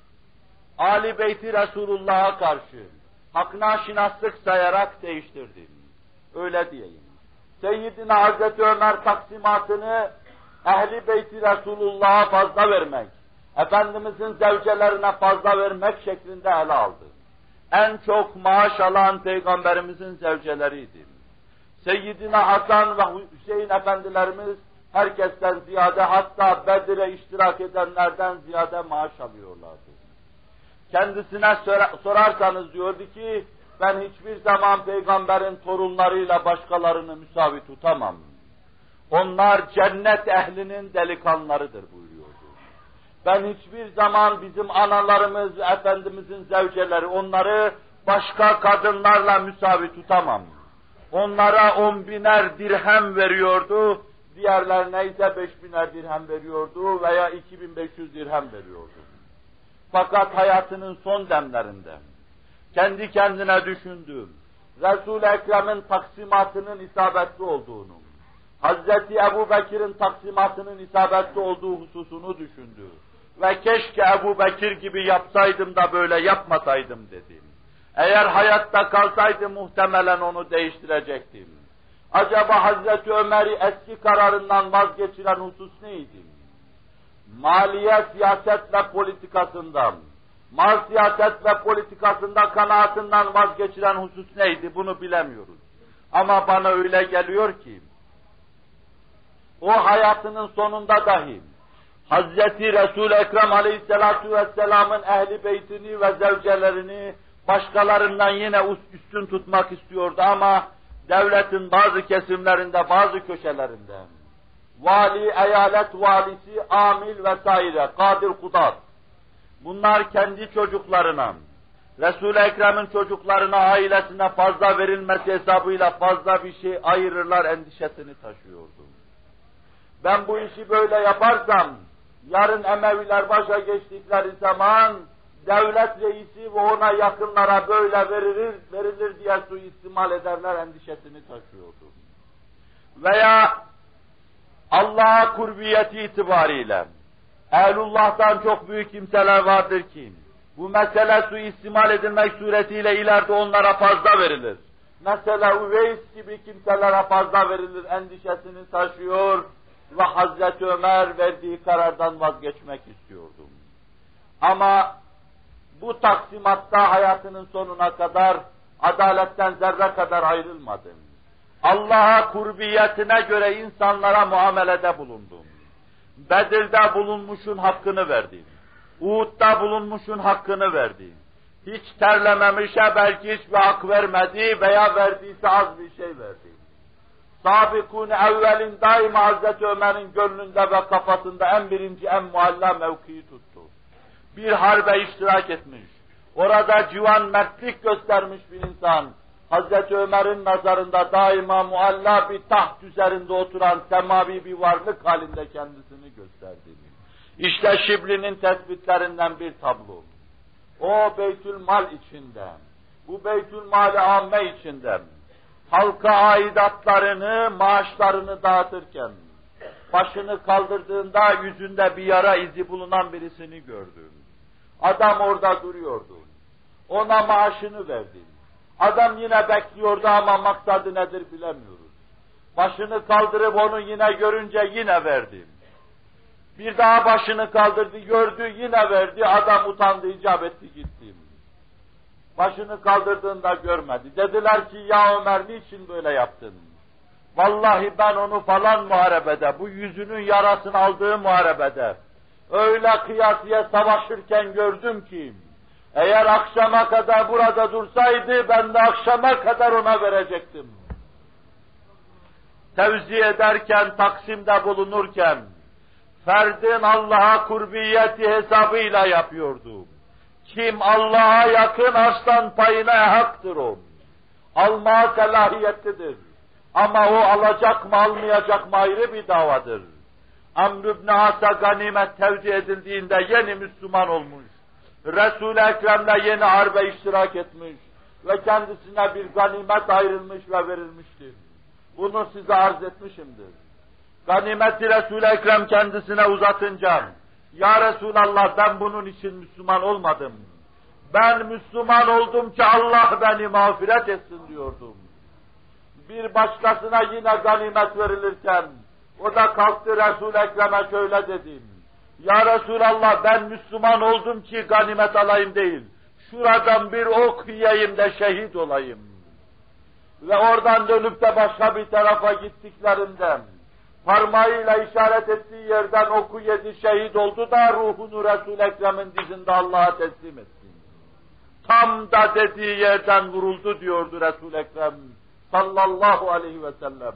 Ali Beyti Resulullah'a karşı hakna şinaslık sayarak değiştirdi. Öyle diyeyim. Seyyidina Hazreti Ömer taksimatını Ehli Beyti Resulullah'a fazla vermek, Efendimizin zevcelerine fazla vermek şeklinde ele aldı. En çok maaş alan Peygamberimizin zevceleriydi. Seyyidina Hasan ve Hüseyin efendilerimiz herkesten ziyade, hatta Bedir'e iştirak edenlerden ziyade maaş alıyorlardı. Kendisine sorarsanız diyordu ki, ben hiçbir zaman peygamberin torunlarıyla başkalarını müsavi tutamam. Onlar cennet ehlinin delikanlılarıdır buyuruyordu. Ben hiçbir zaman bizim analarımız ve Efendimizin zevceleri, onları başka kadınlarla müsavi tutamam. Onlara on biner dirhem veriyordu, diğerlerine ise beş biner dirhem veriyordu veya iki bin beş yüz dirhem veriyordu. Fakat hayatının son demlerinde kendi kendine düşündü, Resul-i Ekrem'in taksimatının isabetli olduğunu, Hazreti Ebu Bekir'in taksimatının isabetli olduğu hususunu düşündü. Ve keşke Ebu Bekir gibi yapsaydım da böyle yapmasaydım dedim. Eğer hayatta kalsaydı muhtemelen onu değiştirecektim. Acaba Hazreti Ömer'i eski kararından vazgeçiren husus neydi? Maliye siyaset ve politikasından, mal siyaset ve politikasında kanaatinden vazgeçiren husus neydi? Bunu bilemiyoruz. Ama bana öyle geliyor ki, o hayatının sonunda dahi Hazreti Resul-i Ekrem Aleyhisselatü Vesselam'ın ehli beytini ve zevcelerini başkalarından yine üstün tutmak istiyordu ama devletin bazı kesimlerinde, bazı köşelerinde vali, eyalet valisi, amil vesaire, kadir kudat, bunlar kendi çocuklarına, Resul-i Ekrem'in çocuklarına, ailesine fazla verilmesi hesabıyla fazla bir şey ayırırlar endişesini taşıyordu. Ben bu işi böyle yaparsam, yarın Emeviler başa geçtikleri zaman, devlet reisi ve ona yakınlara böyle verilir, verilir diye suistimal ederler endişesini taşıyordu. Veya Allah'a kurbiyeti itibariyle, Ehlullah'tan çok büyük kimseler vardır ki, bu mesele suistimal edilmek suretiyle ileride onlara fazla verilir. Mesela Üveys gibi kimselere fazla verilir endişesini taşıyor ve Hazreti Ömer verdiği karardan vazgeçmek istiyordu. Ama bu taksimatta hayatının sonuna kadar adaletten zerre kadar ayrılmadım. Allah'a kurbiyetine göre insanlara muamelede bulundum. Bedir'de bulunmuşun hakkını verdim. Uhud'da bulunmuşun hakkını verdim. Hiç terlememişe belki hiçbir hak vermedi veya verdiyse az bir şey verdi. Sabikun evvelin daima Hazreti Ömer'in gönlünde ve kafasında en birinci, en mualla mevkii tuttu. Bir harbe iştirak etmiş, orada civan mertlik göstermiş bir insan, Hazreti Ömer'in nazarında daima mualla bir taht üzerinde oturan semavi bir varlık halinde kendisini gösterdi. İşte Şibli'nin tespitlerinden bir tablo. O Beytülmal içinde, bu Beytülmal-i Amme içinde, halka aidatlarını, maaşlarını dağıtırken, başını kaldırdığında yüzünde bir yara izi bulunan birisini gördüm. Adam orada duruyordu. Ona maaşını verdim. Adam yine bekliyordu ama maksadı nedir bilemiyoruz. Başını kaldırıp onu yine görünce yine verdim. Bir daha başını kaldırdı, gördü, yine verdi. Adam utandı, icap etti, gitti. Başını kaldırdığında görmedi. Dediler ki, ya Ömer niçin böyle yaptın? Vallahi ben onu falan muharebede, bu yüzünün yarasını aldığı muharebede, öyle kıyasıya savaşırken gördüm ki, eğer akşama kadar burada dursaydı, ben de akşama kadar ona verecektim. Tevzi ederken, taksimde bulunurken, ferdin Allah'a kurbiyeti hesabıyla yapıyordu. Kim Allah'a yakın arslan payına haktır o. Almaya selahiyetlidir. Ama o alacak mı almayacak mı ayrı bir davadır. Amr ibn As'a ganimet tevdi edildiğinde yeni Müslüman olmuş. Resul-i Ekrem'le yeni harbe iştirak etmiş ve kendisine bir ganimet ayrılmış ve verilmiştir. Bunu size arz etmişimdir. Ganimeti Resul-i Ekrem kendisine uzatınca, ya Resulallah ben bunun için Müslüman olmadım. Ben Müslüman oldum ki Allah beni mağfiret etsin diyordum. Bir başkasına yine ganimet verilirken, o da kalktı Resul-i Ekrem'e şöyle dedim. Ya Resulallah ben Müslüman oldum ki ganimet alayım değil. Şuradan bir ok yiyeyim de şehit olayım. Ve oradan dönüp de başka bir tarafa gittiklerinden, parmağıyla işaret ettiği yerden oku yedi, şehit oldu da ruhunu Resul-i Ekrem'in dizinde Allah'a teslim etti. Tam da dediği yerden vuruldu diyordu Resul-i Ekrem sallallahu aleyhi ve sellem.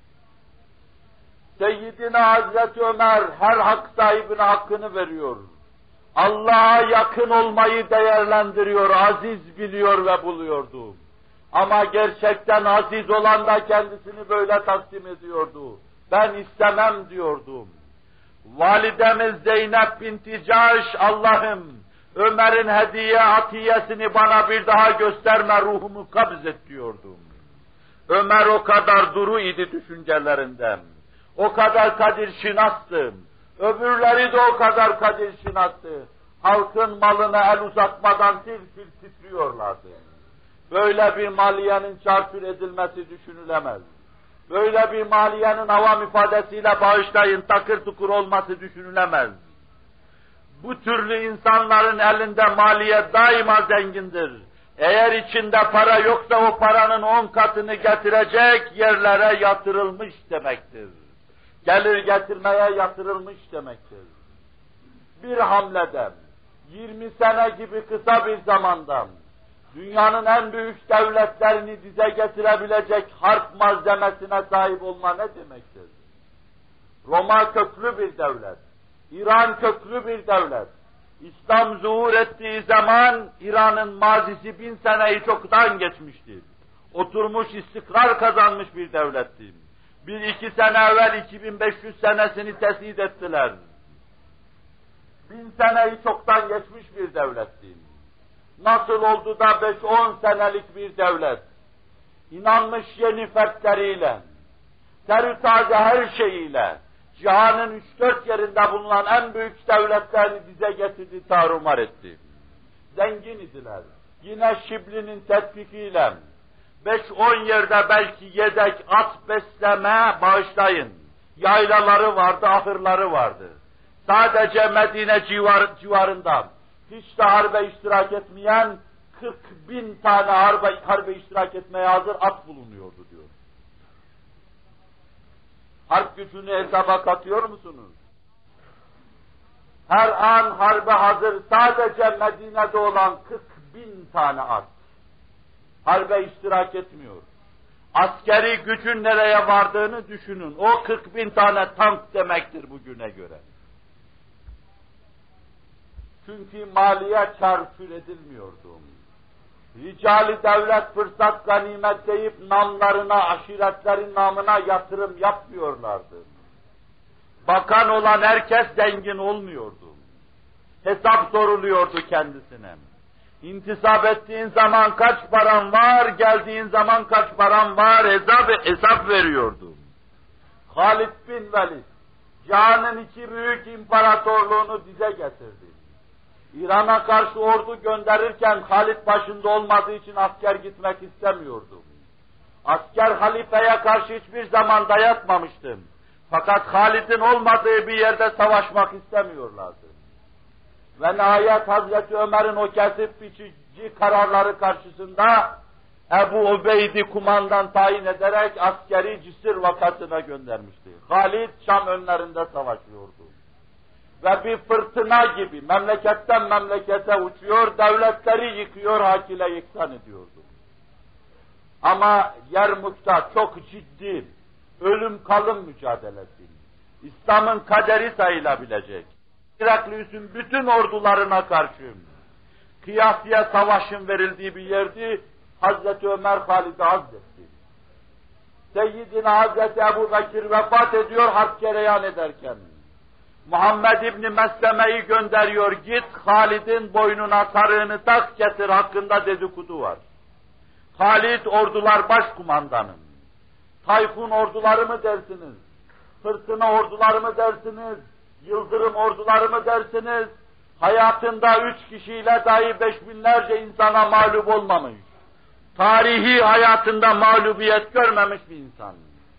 Seyyidina Hazreti Ömer her hak sahibine hakkını veriyor. Allah'a yakın olmayı değerlendiriyor, aziz biliyor ve buluyordu. Ama gerçekten aziz olan da kendisini böyle takdim ediyordu. Ben istemem diyordum. Validemiz Zeynep binti Cahş, Allah'ım Ömer'in hediye atiyesini bana bir daha gösterme, ruhumu kabz et diyordum. Ömer o kadar duru idi düşüncelerinden. O kadar kadir şinastı. Öbürleri de o kadar kadir şinastı. Halkın malına el uzatmadan til til titriyorlardı. Böyle bir maliyenin çarçur edilmesi düşünülemez. Böyle bir maliyenin avam ifadesiyle bağışlayın takır tukur olması düşünülemez. Bu türlü insanların elinde maliye daima zengindir. Eğer içinde para yoksa o paranın on katını getirecek yerlere yatırılmış demektir. Gelir getirmeye yatırılmış demektir. Bir hamleden, yirmi sene gibi kısa bir zamandan, dünyanın en büyük devletlerini dize getirebilecek harp malzemesine sahip olma ne demektir? Roma köklü bir devlet, İran köklü bir devlet. İslam zuhur ettiği zaman İran'ın mazisi bin seneyi çoktan geçmiştir. Oturmuş istikrar kazanmış bir devletti. Bir iki sene evvel iki bin beş yüz senesini tespit ettiler. Bin seneyi çoktan geçmiş bir devletti. Nasıl oldu da beş on senelik bir devlet, inanmış yeni fertleriyle, terü taze her şeyiyle, cihanın üç dört yerinde bulunan en büyük devletlerini dize getirdi, tarumar etti. Zengin idiler. Yine Şibli'nin tetbikiyle, beş on yerde belki yedek at besleme bağışlayın. Yaylaları vardı, ahırları vardı. Sadece Medine civar, civarında hiç de harbe iştirak etmeyen kırk bin tane harbe, harbe iştirak etmeye hazır at bulunuyordu diyor. Harp gücünü hesaba katıyor musunuz? Her an harbe hazır sadece Medine'de olan kırk bin tane at. Harbe iştirak etmiyor. Askeri gücün nereye vardığını düşünün. O kırk bin tane tank demektir bugüne göre. Çünkü maliye çarçur edilmiyordu. Ricali devlet fırsat ganimet deyip namlarına, aşiretlerin namına yatırım yapmıyorlardı. Bakan olan herkes zengin olmuyordu. Hesap soruluyordu kendisine. İntisap ettiğin zaman kaç paran var, geldiğin zaman kaç paran var, hesap, hesap veriyordu. Halid bin Velid, cihanın iki büyük imparatorluğunu dize getirdi. İran'a karşı ordu gönderirken Halid başında olmadığı için asker gitmek istemiyordu. Asker halifeye karşı hiçbir zaman dayatmamıştı. Fakat Halid'in olmadığı bir yerde savaşmak istemiyorlardı. Ve nihayet Hazreti Ömer'in o kesip biçici kararları karşısında Ebu Ubeyd'i kumandan tayin ederek askeri Cisir vakasına göndermişti. Halid Şam önlerinde savaşıyordu. Ve bir fırtına gibi memleketten memlekete uçuyor, devletleri yıkıyor, hakile yeksan ediyordu. Ama Yermuk'ta çok ciddi, ölüm kalım mücadelesi, İslam'ın kaderi sayılabilecek, Heraklius'un bütün ordularına karşı kıyasıya savaşın verildiği bir yerdi, Hazreti Ömer Halid'i azletti. Seyyidina Hazreti Ebu Bekir vefat ediyor harp cereyan ederken. Muhammed İbni Mesleme'yi gönderiyor, git Halid'in boynuna sarığını tak getir, hakkında dedikodu var. Halid ordular başkumandanı. Tayfun orduları mı dersiniz? Fırtına orduları mı dersiniz? Yıldırım orduları mı dersiniz? Hayatında üç kişiyle dahi beş binlerce insana mağlup olmamış. Tarihi hayatında mağlubiyet görmemiş bir insan.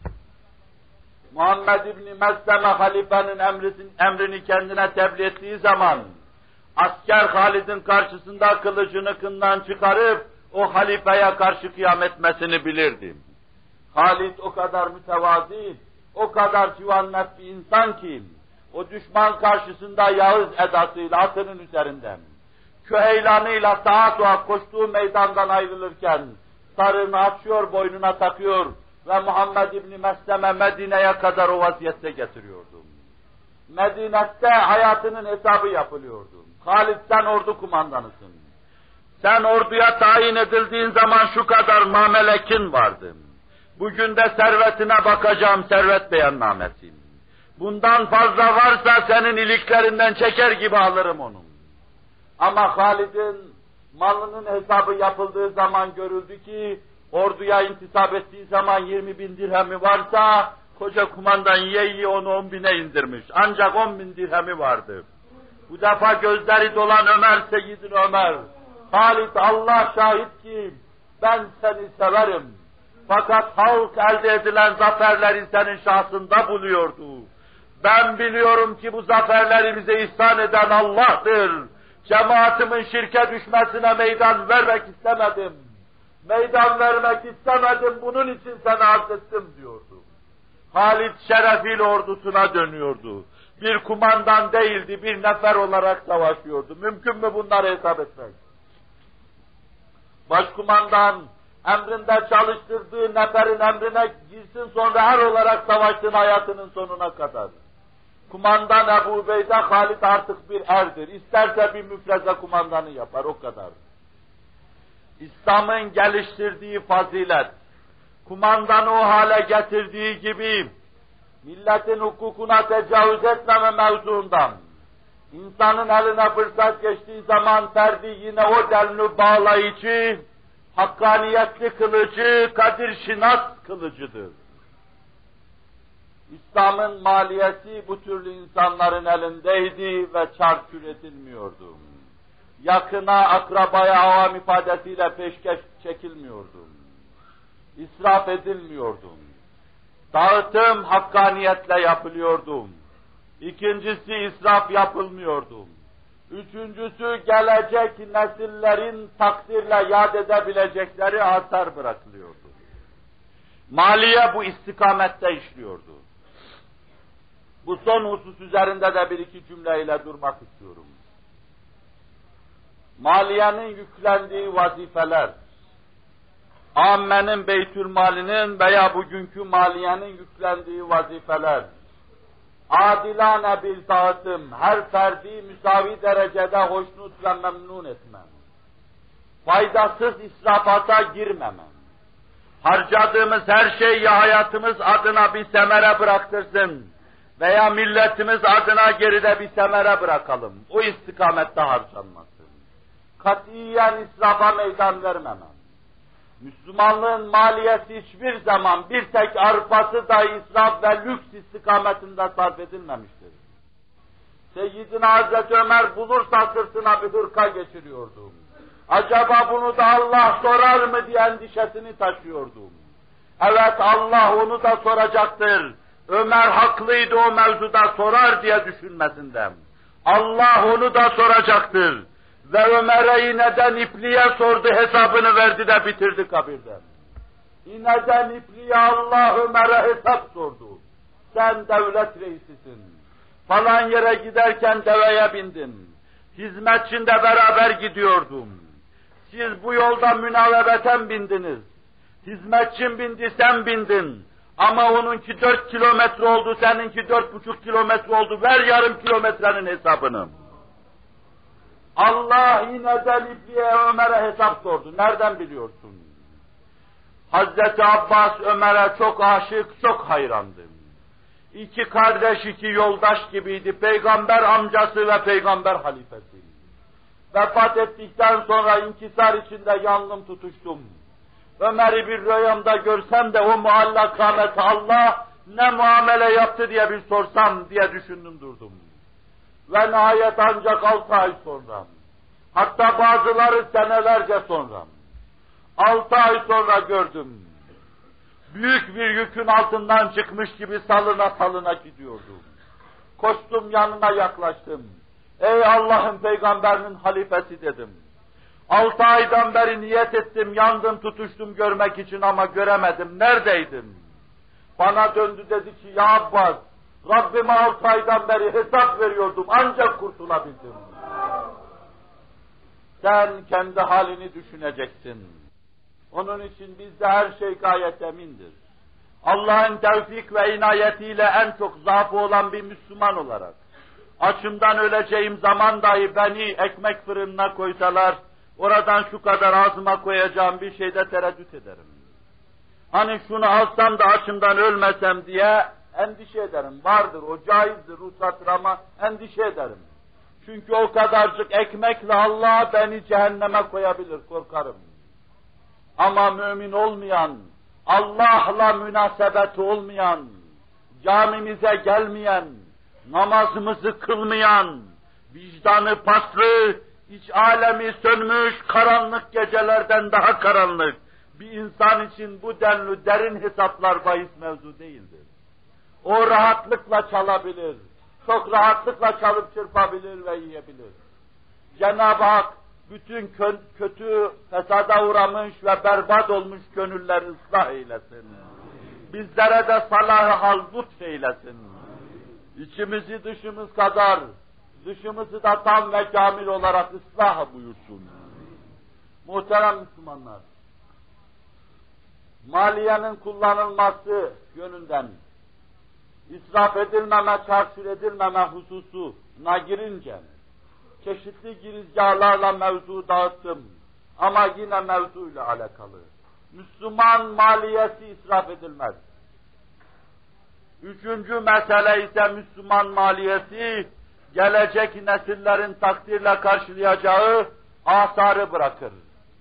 Muhammed İbni Mesleme halifenin emrini kendine tebliğ ettiği zaman asker Halid'in karşısında kılıcını kından çıkarıp o halifeye karşı kıyam etmesini bilirdi. Halid o kadar mütevazi, o kadar civannet bir insan ki o düşman karşısında Yağız edasıyla atının üzerinden küheylanıyla sağa sola koştuğu meydandan ayrılırken sarığını açıyor, boynuna takıyor ve Muhammed İbni Mesleme Medine'ye kadar o vaziyette getiriyordu. Medine'de hayatının hesabı yapılıyordu. Halid sen ordu kumandanısın. Sen orduya tayin edildiğin zaman şu kadar mamelekin vardı. Bugün de servetine bakacağım, servet beyannamesi. Bundan fazla varsa senin iliklerinden çeker gibi alırım onu. Ama Halid'in malının hesabı yapıldığı zaman görüldü ki orduya intisap ettiği zaman yirmi bin dirhemi varsa koca kumandan yiye yiye onu on bine indirmiş. Ancak on bin dirhemi vardı. Bu defa gözleri dolan Ömer, Seyyidin Ömer. Halid Allah şahit ki ben seni severim. Fakat halk elde edilen zaferleri senin şahsında buluyordu. Ben biliyorum ki bu zaferleri bize ihsan eden Allah'tır. Cemaatimin şirke düşmesine meydan vermek istemedim. Meydan vermek istemedim, bunun için seni arzettim diyordu. Halid şerefiyle ordusuna dönüyordu. Bir kumandan değildi, bir nefer olarak savaşıyordu. Mümkün mü bunları hesap etmek? Başkumandan emrinde çalıştırdığı neferin emrine girsin sonra her olarak savaştığın hayatının sonuna kadar. Kumandan Ebu Ubeyde Halid artık bir erdir. İsterse bir müfreze kumandanı yapar, o kadar. İslam'ın geliştirdiği fazilet, kumandanı o hale getirdiği gibi, milletin hukukuna tecavüz etmeme mevzuundan, insanın eline fırsat geçtiği zaman ferdi yine o delini bağlayıcı, hakkaniyetli kılıcı, kadir şinas kılıcıdır. İslam'ın maliyeti bu türlü insanların elindeydi ve çarçur edilmiyordu. Yakına, akrabaya avam ifadesiyle peşkeş çekilmiyordu. İsraf edilmiyordu. Dağıtım hakkaniyetle yapılıyordu. İkincisi israf yapılmıyordu. Üçüncüsü gelecek nesillerin takdirle yad edebilecekleri asar bırakılıyordu. Maliye bu istikamette işliyordu. Bu son husus üzerinde de bir iki cümleyle durmak istiyorum. Maliyenin yüklendiği vazifeler, ammenin beytülmalinin veya bugünkü maliyenin yüklendiği vazifeler, adilane bir dağıtım, her ferdi müsavi derecede hoşnut ve memnun etmem, faydasız israfata girmemem, harcadığımız her şey ya hayatımız adına bir semere bıraktırsın veya milletimiz adına geride bir semere bırakalım, o istikamette harcanmasın. Katiyen israfa meydan vermemem. Müslümanlığın maliyeti hiçbir zaman bir tek arpası da israf ve lüks istikametinde sarf edilmemiştir. Seyyidina Hazreti Ömer bulursa sırtına bir hırka geçiriyordum. Acaba bunu da Allah sorar mı diye endişesini taşıyordum. Evet, Allah onu da soracaktır. Ömer haklıydı o mevzuda sorar diye düşünmesinden. Allah onu da soracaktır. Ve Ömer'e ineden ipliğe sordu, hesabını verdi de bitirdi kabirden. İneden ipliğe Allah Ömer'e hesap sordu. Sen devlet reisisin. Falan yere giderken deveye bindin. Hizmetçinle beraber gidiyordum. Siz bu yolda münavebeten bindiniz. Hizmetçin bindi, sen bindin. Ama onunki dört kilometre oldu, seninki dört buçuk kilometre oldu. Ver yarım kilometrenin hesabını. Allah yine de İbliye Ömer'e hesap sordu. Nereden biliyorsun? Hazreti Abbas Ömer'e çok aşık, çok hayrandı. İki kardeş, iki yoldaş gibiydi. Peygamber amcası ve peygamber halifesi. Vefat ettikten sonra inkisar içinde yandım, tutuştum. Ömer'i bir rüyamda görsem de o muallak kâmeti Allah ne muamele yaptı diye bir sorsam diye düşündüm durdum. Ve nihayet ancak altı ay sonra, hatta bazıları senelerce sonra, altı ay sonra gördüm. Büyük bir yükün altından çıkmış gibi salına salına gidiyordum. Koştum, yanına yaklaştım. Ey Allah'ın peygamberinin halifesi dedim. Altı aydan beri niyet ettim, yandım, tutuştum görmek için ama göremedim. Neredeydin? Bana döndü, dedi ki, ya Abbas, Rabbime altı aydan beri hesap veriyordum, ancak kurtulabildim. Sen kendi halini düşüneceksin. Onun için bizde her şey gayet emindir. Allah'ın tevfik ve inayetiyle en çok zaafı olan bir Müslüman olarak, açımdan öleceğim zaman dahi beni ekmek fırınına koysalar, oradan şu kadar ağzıma koyacağım bir şeyde tereddüt ederim. Hani şunu alsam da açımdan ölmesem diye endişe ederim. Vardır, o caizdir, ruhsattır ama endişe ederim. Çünkü o kadarcık ekmekle Allah beni cehenneme koyabilir, korkarım. Ama mümin olmayan, Allah'la münasebeti olmayan, camimize gelmeyen, namazımızı kılmayan, vicdanı paslı, iç alemi sönmüş, karanlık gecelerden daha karanlık bir insan için bu denli derin hesaplar bahis mevzu değildir. O rahatlıkla çalabilir, çok rahatlıkla çalıp çırpabilir ve yiyebilir. Cenab-ı Hak bütün kö kötü, fesada uğramış ve berbat olmuş gönülleri ıslah eylesin. Bizlere de salah-ı hal lütfeylesin. İçimizi dışımız kadar, dışımızı da tam ve kamil olarak ıslah buyursun. Muhterem Müslümanlar, maliyenin kullanılması yönünden israf edilmeme, çarçur edilmeme hususuna girince, çeşitli girizgahlarla mevzu dağıttım. Ama yine mevzuyla alakalı. Müslüman maliyesi israf edilmez. Üçüncü mesele ise Müslüman maliyesi, gelecek nesillerin takdirle karşılayacağı asarı bırakır.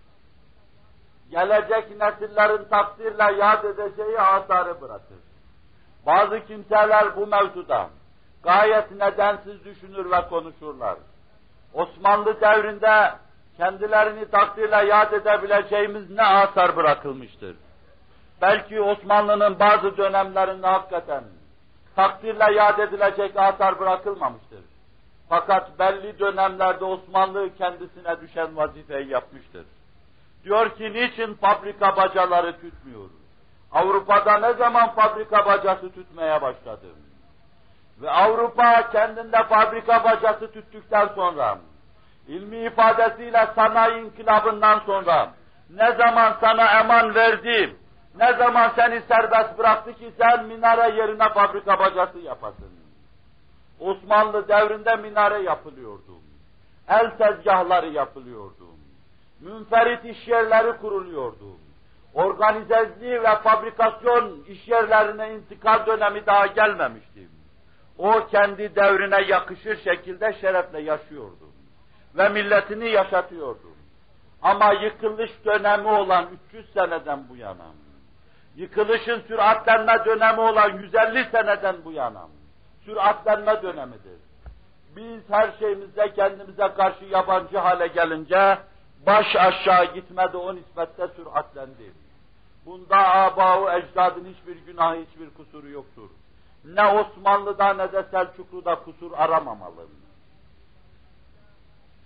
Gelecek nesillerin takdirle yad edeceği asarı bırakır. Bazı kimseler bu mevzuda gayet nedensiz düşünür ve konuşurlar. Osmanlı devrinde kendilerini takdirle yad edebileceğimiz ne asar bırakılmıştır. Belki Osmanlı'nın bazı dönemlerinde hakikaten takdirle yad edilecek asar bırakılmamıştır. Fakat belli dönemlerde Osmanlı kendisine düşen vazifeyi yapmıştır. Diyor ki, niçin fabrika bacaları tütmüyor? Avrupa'da ne zaman fabrika bacası tütmeye başladı? Ve Avrupa kendinde fabrika bacası tüttükten sonra, ilmi ifadesiyle sanayi inkılabından sonra, ne zaman sana eman verdi, ne zaman seni serbest bıraktı ki sen minare yerine fabrika bacası yapasın? Osmanlı devrinde minare yapılıyordu. El tezgahları yapılıyordu. Münferit iş yerleri kuruluyordu. Organizezliği ve fabrikasyon iş yerlerine intikal dönemi daha gelmemişti. O kendi devrine yakışır şekilde şerefle yaşıyordu. Ve milletini yaşatıyordu. Ama yıkılış dönemi olan üç yüz seneden bu yana, yıkılışın süratlenme dönemi olan yüz elli seneden bu yana, süratlenme dönemidir. Biz her şeyimizde kendimize karşı yabancı hale gelince, baş aşağı gitmedi, o nispette süratlendi. Bunda âbâ-u ecdadın hiçbir günahı, hiçbir kusuru yoktur. Ne Osmanlı'da ne de Selçuklu'da kusur aramamalı.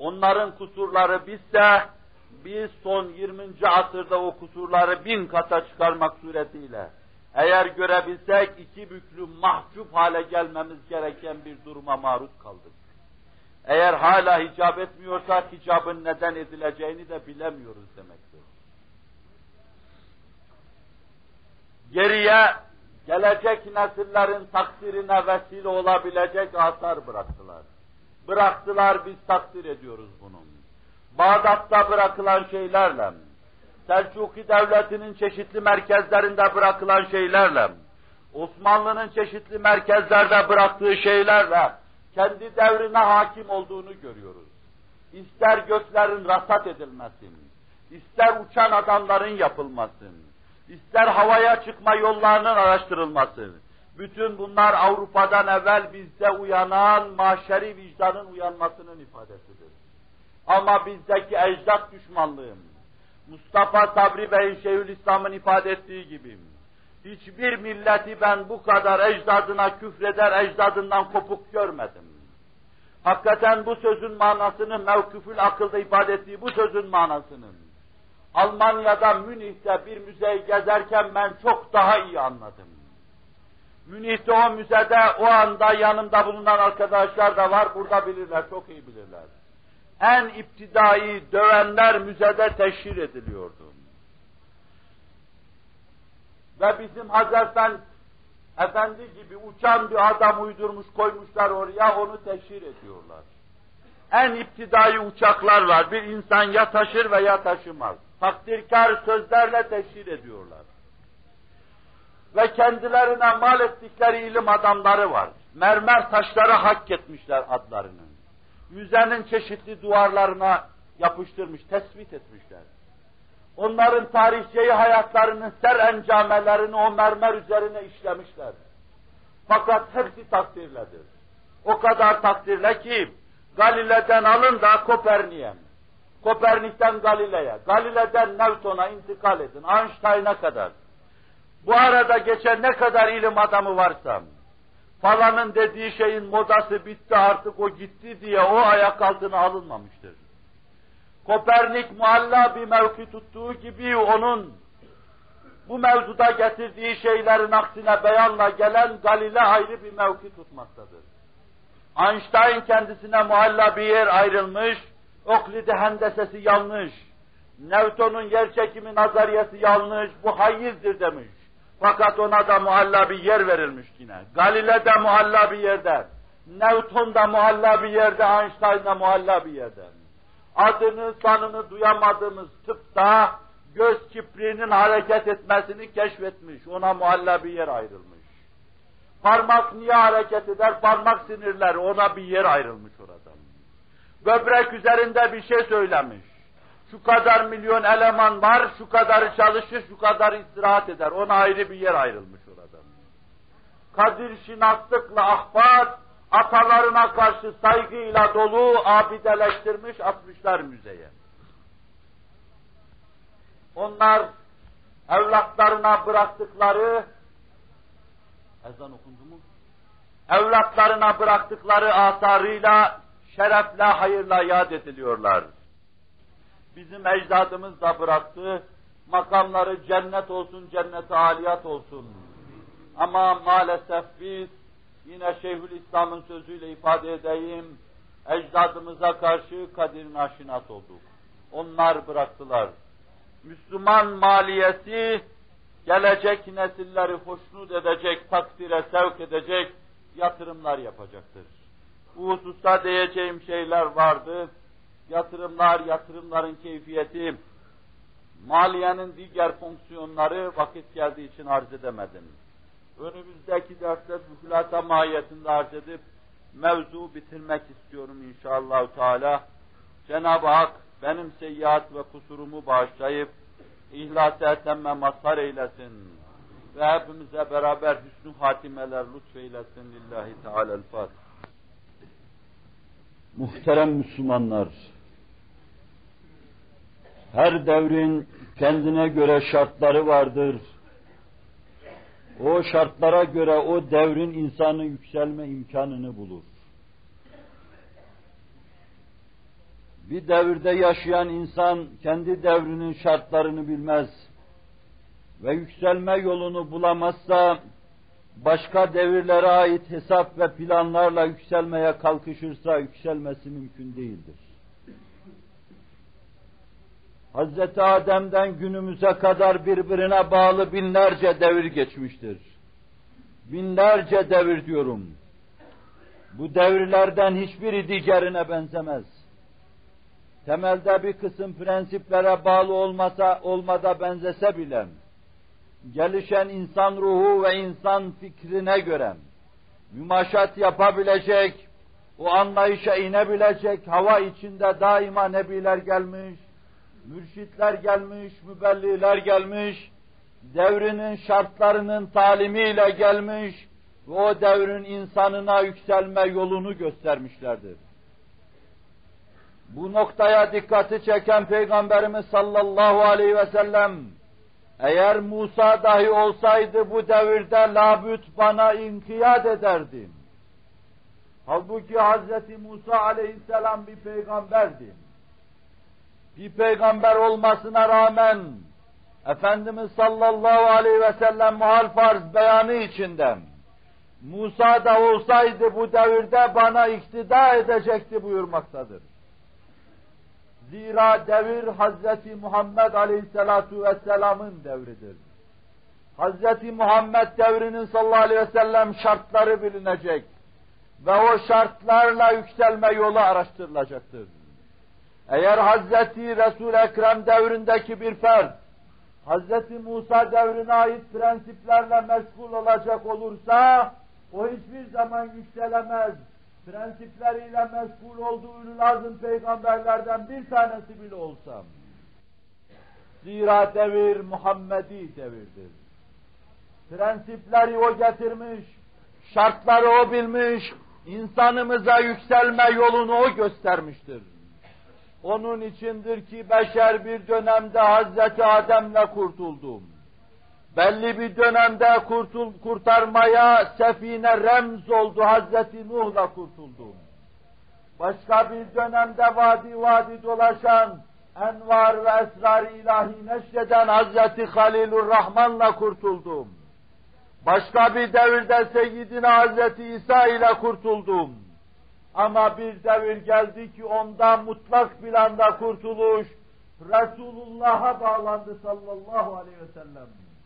Onların kusurları bizse, biz son yirminci asırda o kusurları bin kata çıkarmak suretiyle, eğer görebilsek iki büklüm mahcup hale gelmemiz gereken bir duruma maruz kaldık. Eğer hala hicap etmiyorsak, hicabın neden edileceğini de bilemiyoruz demektir. Geriye, gelecek nesillerin takdirine vesile olabilecek asar bıraktılar. Bıraktılar, biz takdir ediyoruz bunu. Bağdat'ta bırakılan şeylerle, Selçuki Devleti'nin çeşitli merkezlerinde bırakılan şeylerle, Osmanlı'nın çeşitli merkezlerde bıraktığı şeylerle, kendi devrine hakim olduğunu görüyoruz. İster göklerin rasat edilmesi, ister uçan adamların yapılması, ister havaya çıkma yollarının araştırılması, bütün bunlar Avrupa'dan evvel bizde uyanan mahşeri vicdanın uyanmasının ifadesidir. Ama bizdeki ecdat düşmanlığı, Mustafa Sabri Bey'in Şeyhülislam'ın ifade ettiği gibi, hiçbir milleti ben bu kadar ecdadına küfreder, ecdadından kopuk görmedim. Hakikaten bu sözün manasını, mevküfül akılda ifade ettiği bu sözün manasının, Almanya'da Münih'te bir müzeyi gezerken ben çok daha iyi anladım. Münih'te o müzede o anda yanımda bulunan arkadaşlar da var, burada bilirler, çok iyi bilirler. En iptidai dövenler müzede teşhir ediliyordu. Ve bizim Hazreti Efendi gibi uçan bir adam uydurmuş koymuşlar oraya, onu teşhir ediyorlar. En iptidai uçaklar var, bir insan ya taşır veya taşımaz. Takdirkar sözlerle teşhir ediyorlar. Ve kendilerine mal ettikleri ilim adamları var. Mermer taşlara hak etmişler adlarını. Müzenin çeşitli duvarlarına yapıştırmış, tespit etmişler. Onların tarihçeyi hayatlarının ser encamelerini o mermer üzerine işlemişler. Fakat hepsi takdirledir. O kadar takdirle ki, Galile'den alın da Kopernik'e, Kopernik'ten Galile'ye, Galile'den Newton'a intikal edin, Einstein'a kadar. Bu arada geçen ne kadar ilim adamı varsa, falanın dediği şeyin modası bitti artık o gitti diye o ayak altına alınmamıştır. Kopernik mualla bir mevki tuttuğu gibi onun bu mevzuda getirdiği şeylerin aksine beyanla gelen Galile ayrı bir mevki tutmaktadır. Einstein kendisine mualla bir yer ayrılmış, Oklidi hendesesi yanlış, Newton'un yerçekimi nazariyesi yanlış, bu hayizdir demiş. Fakat ona da mualla bir yer verilmiş yine. Galile de mualla bir yerde, Newton da mualla bir yerde, Einstein da mualla bir yerde. Adını, sanını duyamadığımız tıpta göz kipriğinin hareket etmesini keşfetmiş, ona mualla bir yer ayrılmış. Parmak niye hareket eder? Parmak sinirleri, ona bir yer ayrılmış oradan. Böbrek üzerinde bir şey söylemiş. Şu kadar milyon eleman var, şu kadarı çalışır, şu kadarı istirahat eder. Ona ayrı bir yer ayrılmış oradan. Kadir şinaslıkla ahbat, atalarına karşı saygıyla dolu abideleştirmiş, atmışlar müzeye. Onlar evlatlarına bıraktıkları, ezan okundu mu? Evlatlarına bıraktıkları asarıyla, şerefle, hayırla yad ediliyorlar. Bizim ecdadımız da bıraktı, makamları cennet olsun, cennet-i aliyat olsun. Ama maalesef biz, yine Şeyhülislam'ın sözüyle ifade edeyim, ecdadımıza karşı kadir naşinat olduk. Onlar bıraktılar. Müslüman maliyesi, gelecek nesilleri hoşnut edecek, takdire sevk edecek yatırımlar yapacaktır. Bu hususta diyeceğim şeyler vardı. Yatırımlar, yatırımların keyfiyeti, maliyenin diğer fonksiyonları vakit geldiği için arz edemedim. Önümüzdeki derste fühülata mahiyetinde arz edip mevzu bitirmek istiyorum inşallah Teala. Cenab-ı Hak benim seyyiat ve kusurumu bağışlayıp ihlas-ı etemme mazhar eylesin ve hepimize beraber hüsnü hatimeler lütfeylesin. Lillahi Teala'l-Fatiha. Muhterem Müslümanlar, her devrin kendine göre şartları vardır. O şartlara göre o devrin insanı yükselme imkanını bulur. Bir devirde yaşayan insan kendi devrinin şartlarını bilmez ve yükselme yolunu bulamazsa başka devirlere ait hesap ve planlarla yükselmeye kalkışırsa yükselmesi mümkün değildir. Hazreti Adem'den günümüze kadar birbirine bağlı binlerce devir geçmiştir. Binlerce devir diyorum. Bu devirlerden hiçbiri diğerine benzemez. Temelde bir kısım prensiplere bağlı olmasa, olmada benzese bile, gelişen insan ruhu ve insan fikrine göre mümaşat yapabilecek, o anlayışa inebilecek hava içinde daima nebiler gelmiş, mürşitler gelmiş, mübelliler gelmiş, devrinin şartlarının talimiyle gelmiş ve o devrin insanına yükselme yolunu göstermişlerdir. Bu noktaya dikkati çeken Peygamberimiz sallallahu aleyhi ve sellem, eğer Musa dahi olsaydı bu devirde labüt bana inkiyat ederdi. Halbuki Hazreti Musa aleyhisselam bir peygamberdi. Bir peygamber olmasına rağmen Efendimiz sallallahu aleyhi ve sellem muhal farz beyanı içinde Musa da olsaydı bu devirde bana iktida edecekti buyurmaktadır. Zira devir Hazreti Muhammed Aleyhisselatu Vesselam'ın devridir. Hazreti Muhammed devrinin sallallahu aleyhi ve sellem şartları bilinecek ve o şartlarla yükselme yolu araştırılacaktır. Eğer Hazreti Resul-i Ekrem devrindeki bir fert, Hazreti Musa devrine ait prensiplerle meşgul olacak olursa, o hiçbir zaman yükselemez. Prensipleriyle meşgul olduğu ulul azm peygamberlerden bir tanesi bile olsam. Zira devir Muhammedi devirdir. Prensipleri o getirmiş, şartları o bilmiş, insanımıza yükselme yolunu o göstermiştir. Onun içindir ki beşer bir dönemde Hazreti Adem'le kurtuldum. Belli bir dönemde kurtul, kurtarmaya sefine remz oldu, Hazreti Nuh'la kurtuldum. Başka bir dönemde vadi vadi dolaşan, envar ve esrar-ı ilahi neşreden Hazreti Halilur Rahman'la kurtuldum. Başka bir devirde Seyyidina Hazreti İsa ile kurtuldum. Ama bir devir geldi ki ondan mutlak planda kurtuluş Resulullah'a bağlandı sallallahu aleyhi ve sellem.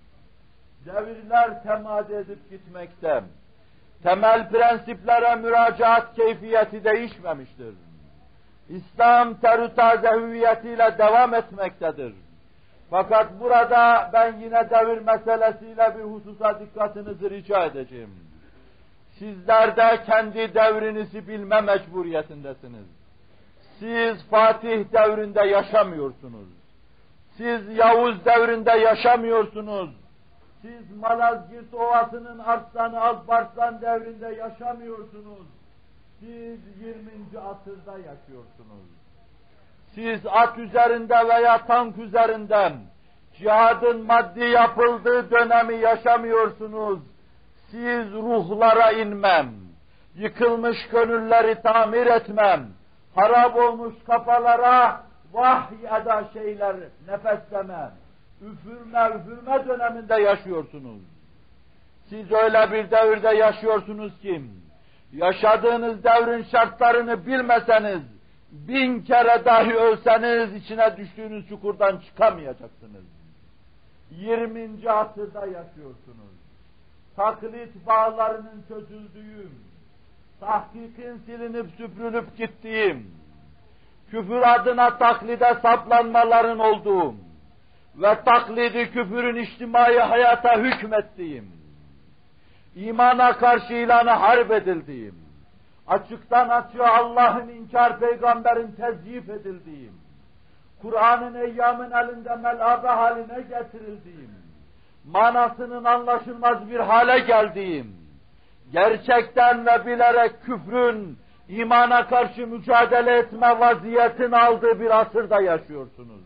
Devirler temad edip gitmekte. Temel prensiplere müracaat keyfiyeti değişmemiştir. İslam terü-taze hüviyetiyle devam etmektedir. Fakat burada ben yine devir meselesiyle bir hususa dikkatinizi rica edeceğim. Sizler de kendi devrinizi bilme mecburiyetindesiniz. Siz Fatih devrinde yaşamıyorsunuz. Siz Yavuz devrinde yaşamıyorsunuz. Siz Malazgirt Ovası'nın Arslan'ı Alparslan devrinde yaşamıyorsunuz. Siz yirminci asırda yaşıyorsunuz. Siz at üzerinde veya tank üzerinden cihadın maddi yapıldığı dönemi yaşamıyorsunuz. Siz ruhlara inmem, yıkılmış gönülleri tamir etmem, harap olmuş kafalara vahiy eda şeyler nefeslemem, üfürme üfürme döneminde yaşıyorsunuz. Siz öyle bir devirde yaşıyorsunuz ki, yaşadığınız devrin şartlarını bilmeseniz, bin kere dahi ölseniz içine düştüğünüz çukurdan çıkamayacaksınız. yirminci asırda yaşıyorsunuz. Taklit bağlarının çözüldüğü, tahkikin silinip süpürülüp gittiğim, küfür adına taklide saplanmaların olduğu ve taklidi küfürün içtimai hayata hükmettiğim, imana karşı ilana harp edildiğim, açıktan açığa Allah'ın inkar peygamberin tezyif edildiğim, Kur'an'ın eyyamın elinde melabe haline getirildiğim, manasının anlaşılmaz bir hale geldiğim, gerçekten ve bilerek küfrün imana karşı mücadele etme vaziyetini aldığı bir asırda yaşıyorsunuz.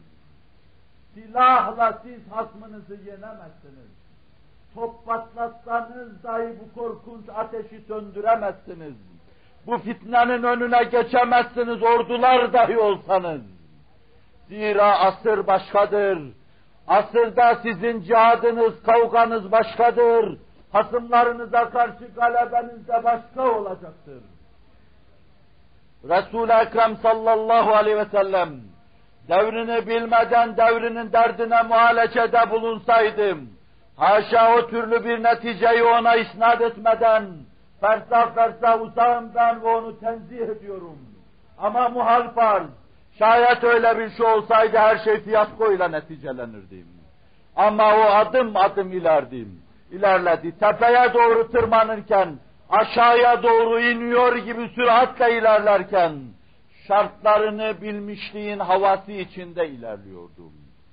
Silahla siz hasmınızı yenemezsiniz. Top patlatsanız dahi bu korkunç ateşi söndüremezsiniz. Bu fitnenin önüne geçemezsiniz ordular dahi olsanız. Zira asır başkadır. Asırda sizin cihadınız, kavganız başkadır. Hasımlarınıza karşı galebeniz de başka olacaktır. Resul-i Ekrem sallallahu aleyhi ve sellem devrini bilmeden devrinin derdine muhalecede bulunsaydım, haşa o türlü bir neticeyi ona isnat etmeden, fersah fersah uzağım ben ve onu tenzih ediyorum. Ama muhal farz, şayet öyle bir şey olsaydı her şey fiyaskoyla neticelenirdim. Ama o adım adım ilerledim. İlerledi. Tepeye doğru tırmanırken, aşağıya doğru iniyor gibi süratle ilerlerken, şartlarını bilmişliğin havası içinde ilerliyordum.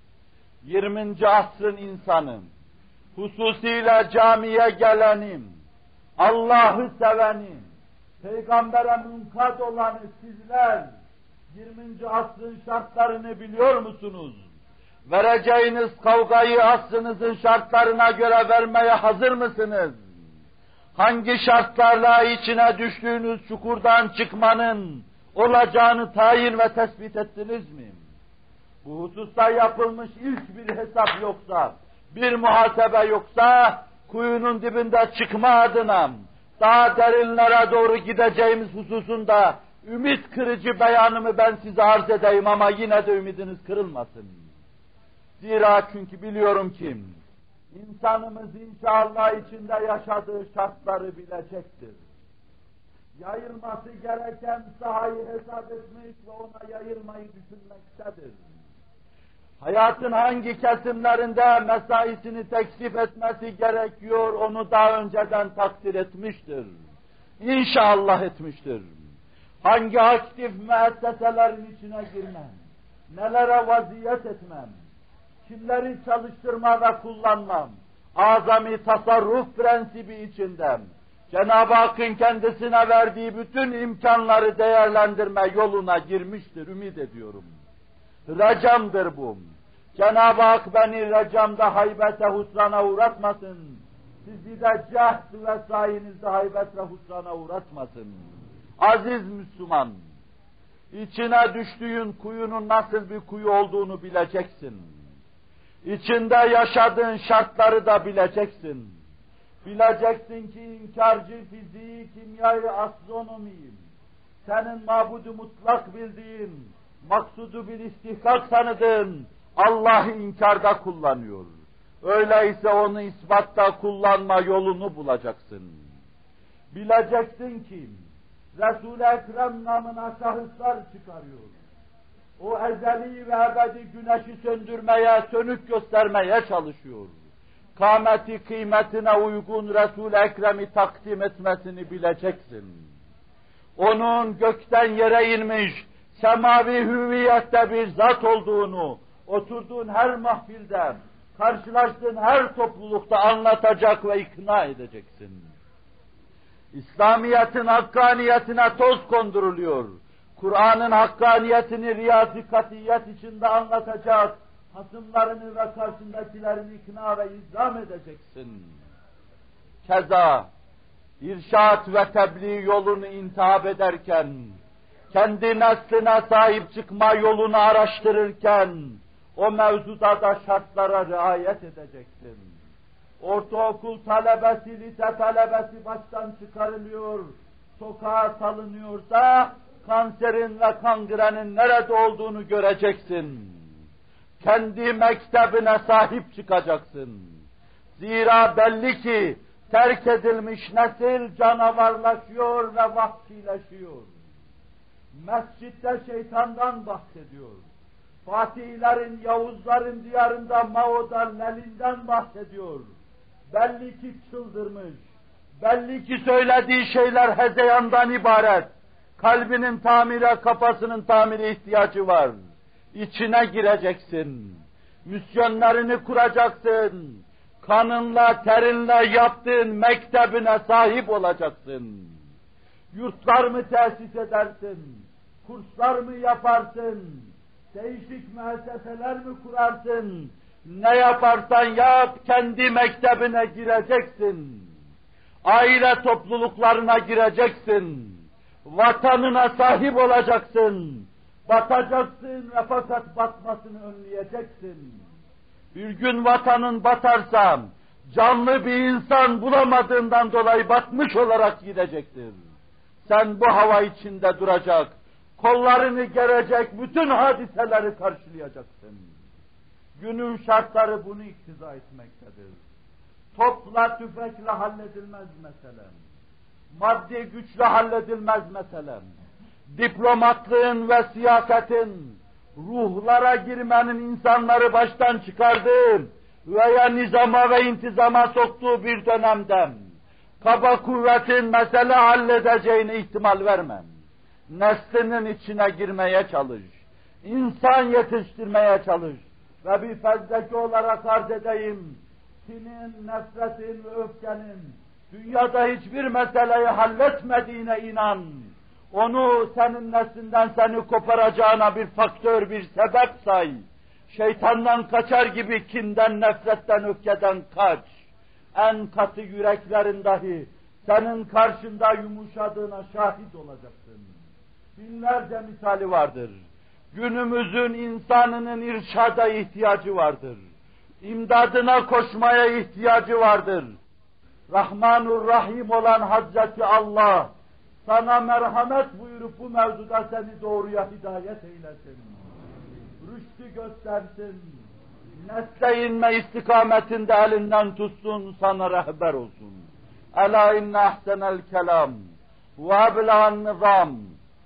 yirminci asrın insanım, hususiyle camiye gelenim, Allah'ı sevenim, Peygamber'e münkat olanı sizler, yirminci asrın şartlarını biliyor musunuz? Vereceğiniz kavgayı asrınızın şartlarına göre vermeye hazır mısınız? Hangi şartlarla içine düştüğünüz çukurdan çıkmanın olacağını tayin ve tespit ettiniz mi? Bu hususta yapılmış ilk bir hesap yoksa, bir muhasebe yoksa, kuyunun dibinde çıkma adına, daha derinlere doğru gideceğimiz hususunda ümit kırıcı beyanımı ben size arz edeyim ama yine de ümidiniz kırılmasın. Zira çünkü biliyorum ki, insanımız inşallah içinde yaşadığı şartları bilecektir. Yayılması gereken sahayı hesap etmiş ve ona yayılmayı düşünmektedir. Hayatın hangi kesimlerinde mesaisini teksif etmesi gerekiyor, onu daha önceden takdir etmiştir. İnşallah etmiştir. Hangi aktif müesseselerin içine girmem, nelere vaziyet etmem, kimleri çalıştırma ve kullanmam, azami tasarruf prensibi içinde Cenab-ı Hakk'ın kendisine verdiği bütün imkanları değerlendirme yoluna girmiştir, ümit ediyorum. Recamdır bu. Cenab-ı Hak beni recamda haybete husrana uğratmasın. Sizi de cehd ve sayinizde haybet ve husrana uğratmasın. Aziz Müslüman, içine düştüğün kuyunun nasıl bir kuyu olduğunu bileceksin. İçinde yaşadığın şartları da bileceksin. Bileceksin ki inkarcı fiziği, kimyayı, astronomiyi, senin mabudu mutlak bildiğin, maksudu bir istihkak tanıdığın Allah'ı inkarda kullanıyor. Öyleyse onu ispatta kullanma yolunu bulacaksın. Bileceksin ki Resul-i Ekrem namına şahıslar çıkarıyor. O ezeli ve ebedi güneşi söndürmeye, sönük göstermeye çalışıyor. Kâmeti kıymetine uygun Resul-i Ekrem'i takdim etmesini bileceksin. Onun gökten yere inmiş, semavi hüviyette bir zat olduğunu, oturduğun her mahfilde, karşılaştığın her toplulukta anlatacak ve ikna edeceksin. İslamiyet'in hakkaniyetine toz konduruluyor. Kur'an'ın hakkaniyetini riyazi katiyet içinde anlatacak, hasımlarını ve karşındakilerini ikna ve izam edeceksin. Keza, irşad ve tebliğ yolunu intihap ederken, kendi nesline sahip çıkma yolunu araştırırken, o mevzuda da şartlara riayet edeceksin. Ortaokul talebesi, lise talebesi baştan çıkarılıyor, sokağa salınıyorsa, kanserin ve kangrenin nerede olduğunu göreceksin. Kendi mektebine sahip çıkacaksın. Zira belli ki terk edilmiş nesil canavarlaşıyor ve vahşileşiyor. Mescitte şeytandan bahsediyor. Fatihlerin, Yavuzların diyarında Mao'dan, Lenin'den bahsediyor. Belli ki çıldırmış. Belli ki söylediği şeyler hezeyandan ibaret. Kalbinin tamire, kafasının tamire ihtiyacı var. İçine gireceksin. Misyonlarını kuracaksın. Kanınla, terinle yaptığın mektebine sahip olacaksın. Yurtlar mı tesis edersin? Kurslar mı yaparsın? Değişik müesseseler mi kurarsın? Ne yaparsan yap, kendi mektebine gireceksin. Aile topluluklarına gireceksin. Vatanına sahip olacaksın. Batacaksın ve fakat batmasını önleyeceksin. Bir gün vatanın batarsa, canlı bir insan bulamadığından dolayı batmış olarak gidecektir. Sen bu hava içinde duracak, kollarını gerecek, bütün hadiseleri karşılayacaksın. Günün şartları bunu iktiza etmektedir. Topla tüfekle halledilmez meselem. Maddi güçle halledilmez meselem. Diplomatlığın ve siyasetin ruhlara girmenin insanları baştan çıkardığı veya nizama ve intizama soktuğu bir dönemde kaba kuvvetin mesele halledeceğine ihtimal vermem. Neslinin içine girmeye çalış. İnsan yetiştirmeye çalış. Ve bir fezleke olarak arz edeyim. Kinin, nefretin ve öfkenin dünyada hiçbir meseleyi halletmediğine inan. Onu senin neslinden seni koparacağına bir faktör, bir sebep say. Şeytandan kaçar gibi kinden, nefretten, öfkeden kaç. En katı yüreklerin dahi senin karşında yumuşadığına şahit olacaksın. Binlerce misali vardır. Günümüzün insanının irşada ihtiyacı vardır. İmdadına koşmaya ihtiyacı vardır. Rahmanur Rahim olan Hazreti Allah sana merhamet buyurup bu mevzuda seni doğruya hidayet eylesin. Rüştü göstersin. Nesle inme istikametinde elinden tutsun, sana rehber olsun. Ela inne ahsenel kelam ve ebla'n nizam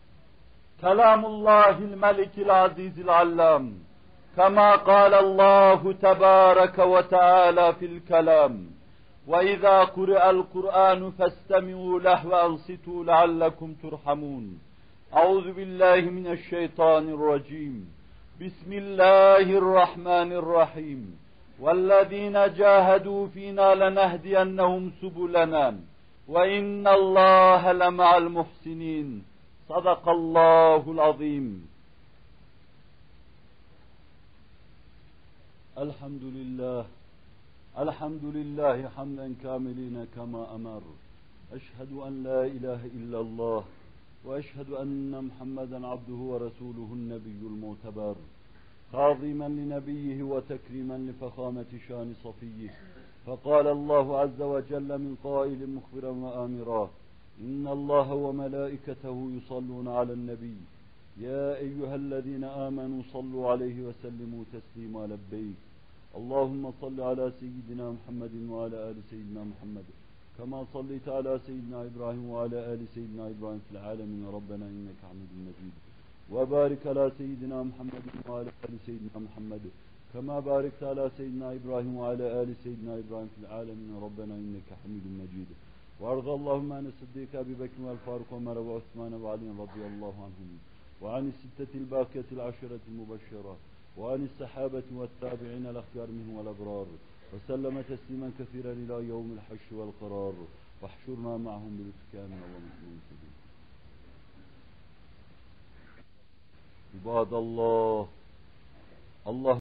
kelamullahil melikil azizil allam kema kâlallahu tebâreke ve teâlâ fil kelam وَإِذَا قُرِئَ الْقُرْآنُ فَاسْتَمِعُوا لَهُ وَأَنصِتُوا لَعَلَّكُمْ تُرْحَمُونَ أعوذ بالله من الشيطان الرجيم بسم الله الرحمن الرحيم وَالَّذِينَ جَاهَدُوا فِينَا لَنَهْدِيَنَّهُمْ سُبُلَنَا وَإِنَّ اللّٰهَ لَمَعَ الْمُحْسِنِينَ صَدَقَ اللّٰهُ الْعَظِيمُ. Elhamdülillah. الحمد لله حمدا كاملين كما أمر أشهد أن لا إله إلا الله وأشهد أن محمدا عبده ورسوله النبي المعتبر تعظيما لنبيه وتكريما لفخامة شان صفيه فقال الله عز وجل من قائل مخبرا وآمرا إن الله وملائكته يصلون على النبي يا أيها الذين آمنوا صلوا عليه وسلموا تسليما لبيك اللهم صل على سيدنا محمد وعلى آل سيدنا محمد كما صليت على سيدنا إبراهيم وعلى آل سيدنا إبراهيم في العالمين ربنا إنك حميد مجيد وبارك على سيدنا محمد وعلى آل سيدنا محمد كما باركت على سيدنا إبراهيم وعلى آل سيدنا إبراهيم في العالمين ربنا إنك حميد مجيد وارض اللهم عن الصديق أبي بكر والفاروق وعمر وعثمان وعلي رضي الله عنهم وعن الستة الباقية العشرة المبشرة وعن الصحابة والتابعين الأخيار منهم والأبرار وسلم تسليما كثيرا إلى يوم الحشر والقرار واحشرنا معهم بلطفك آمين اللهم صل. عباد الله الله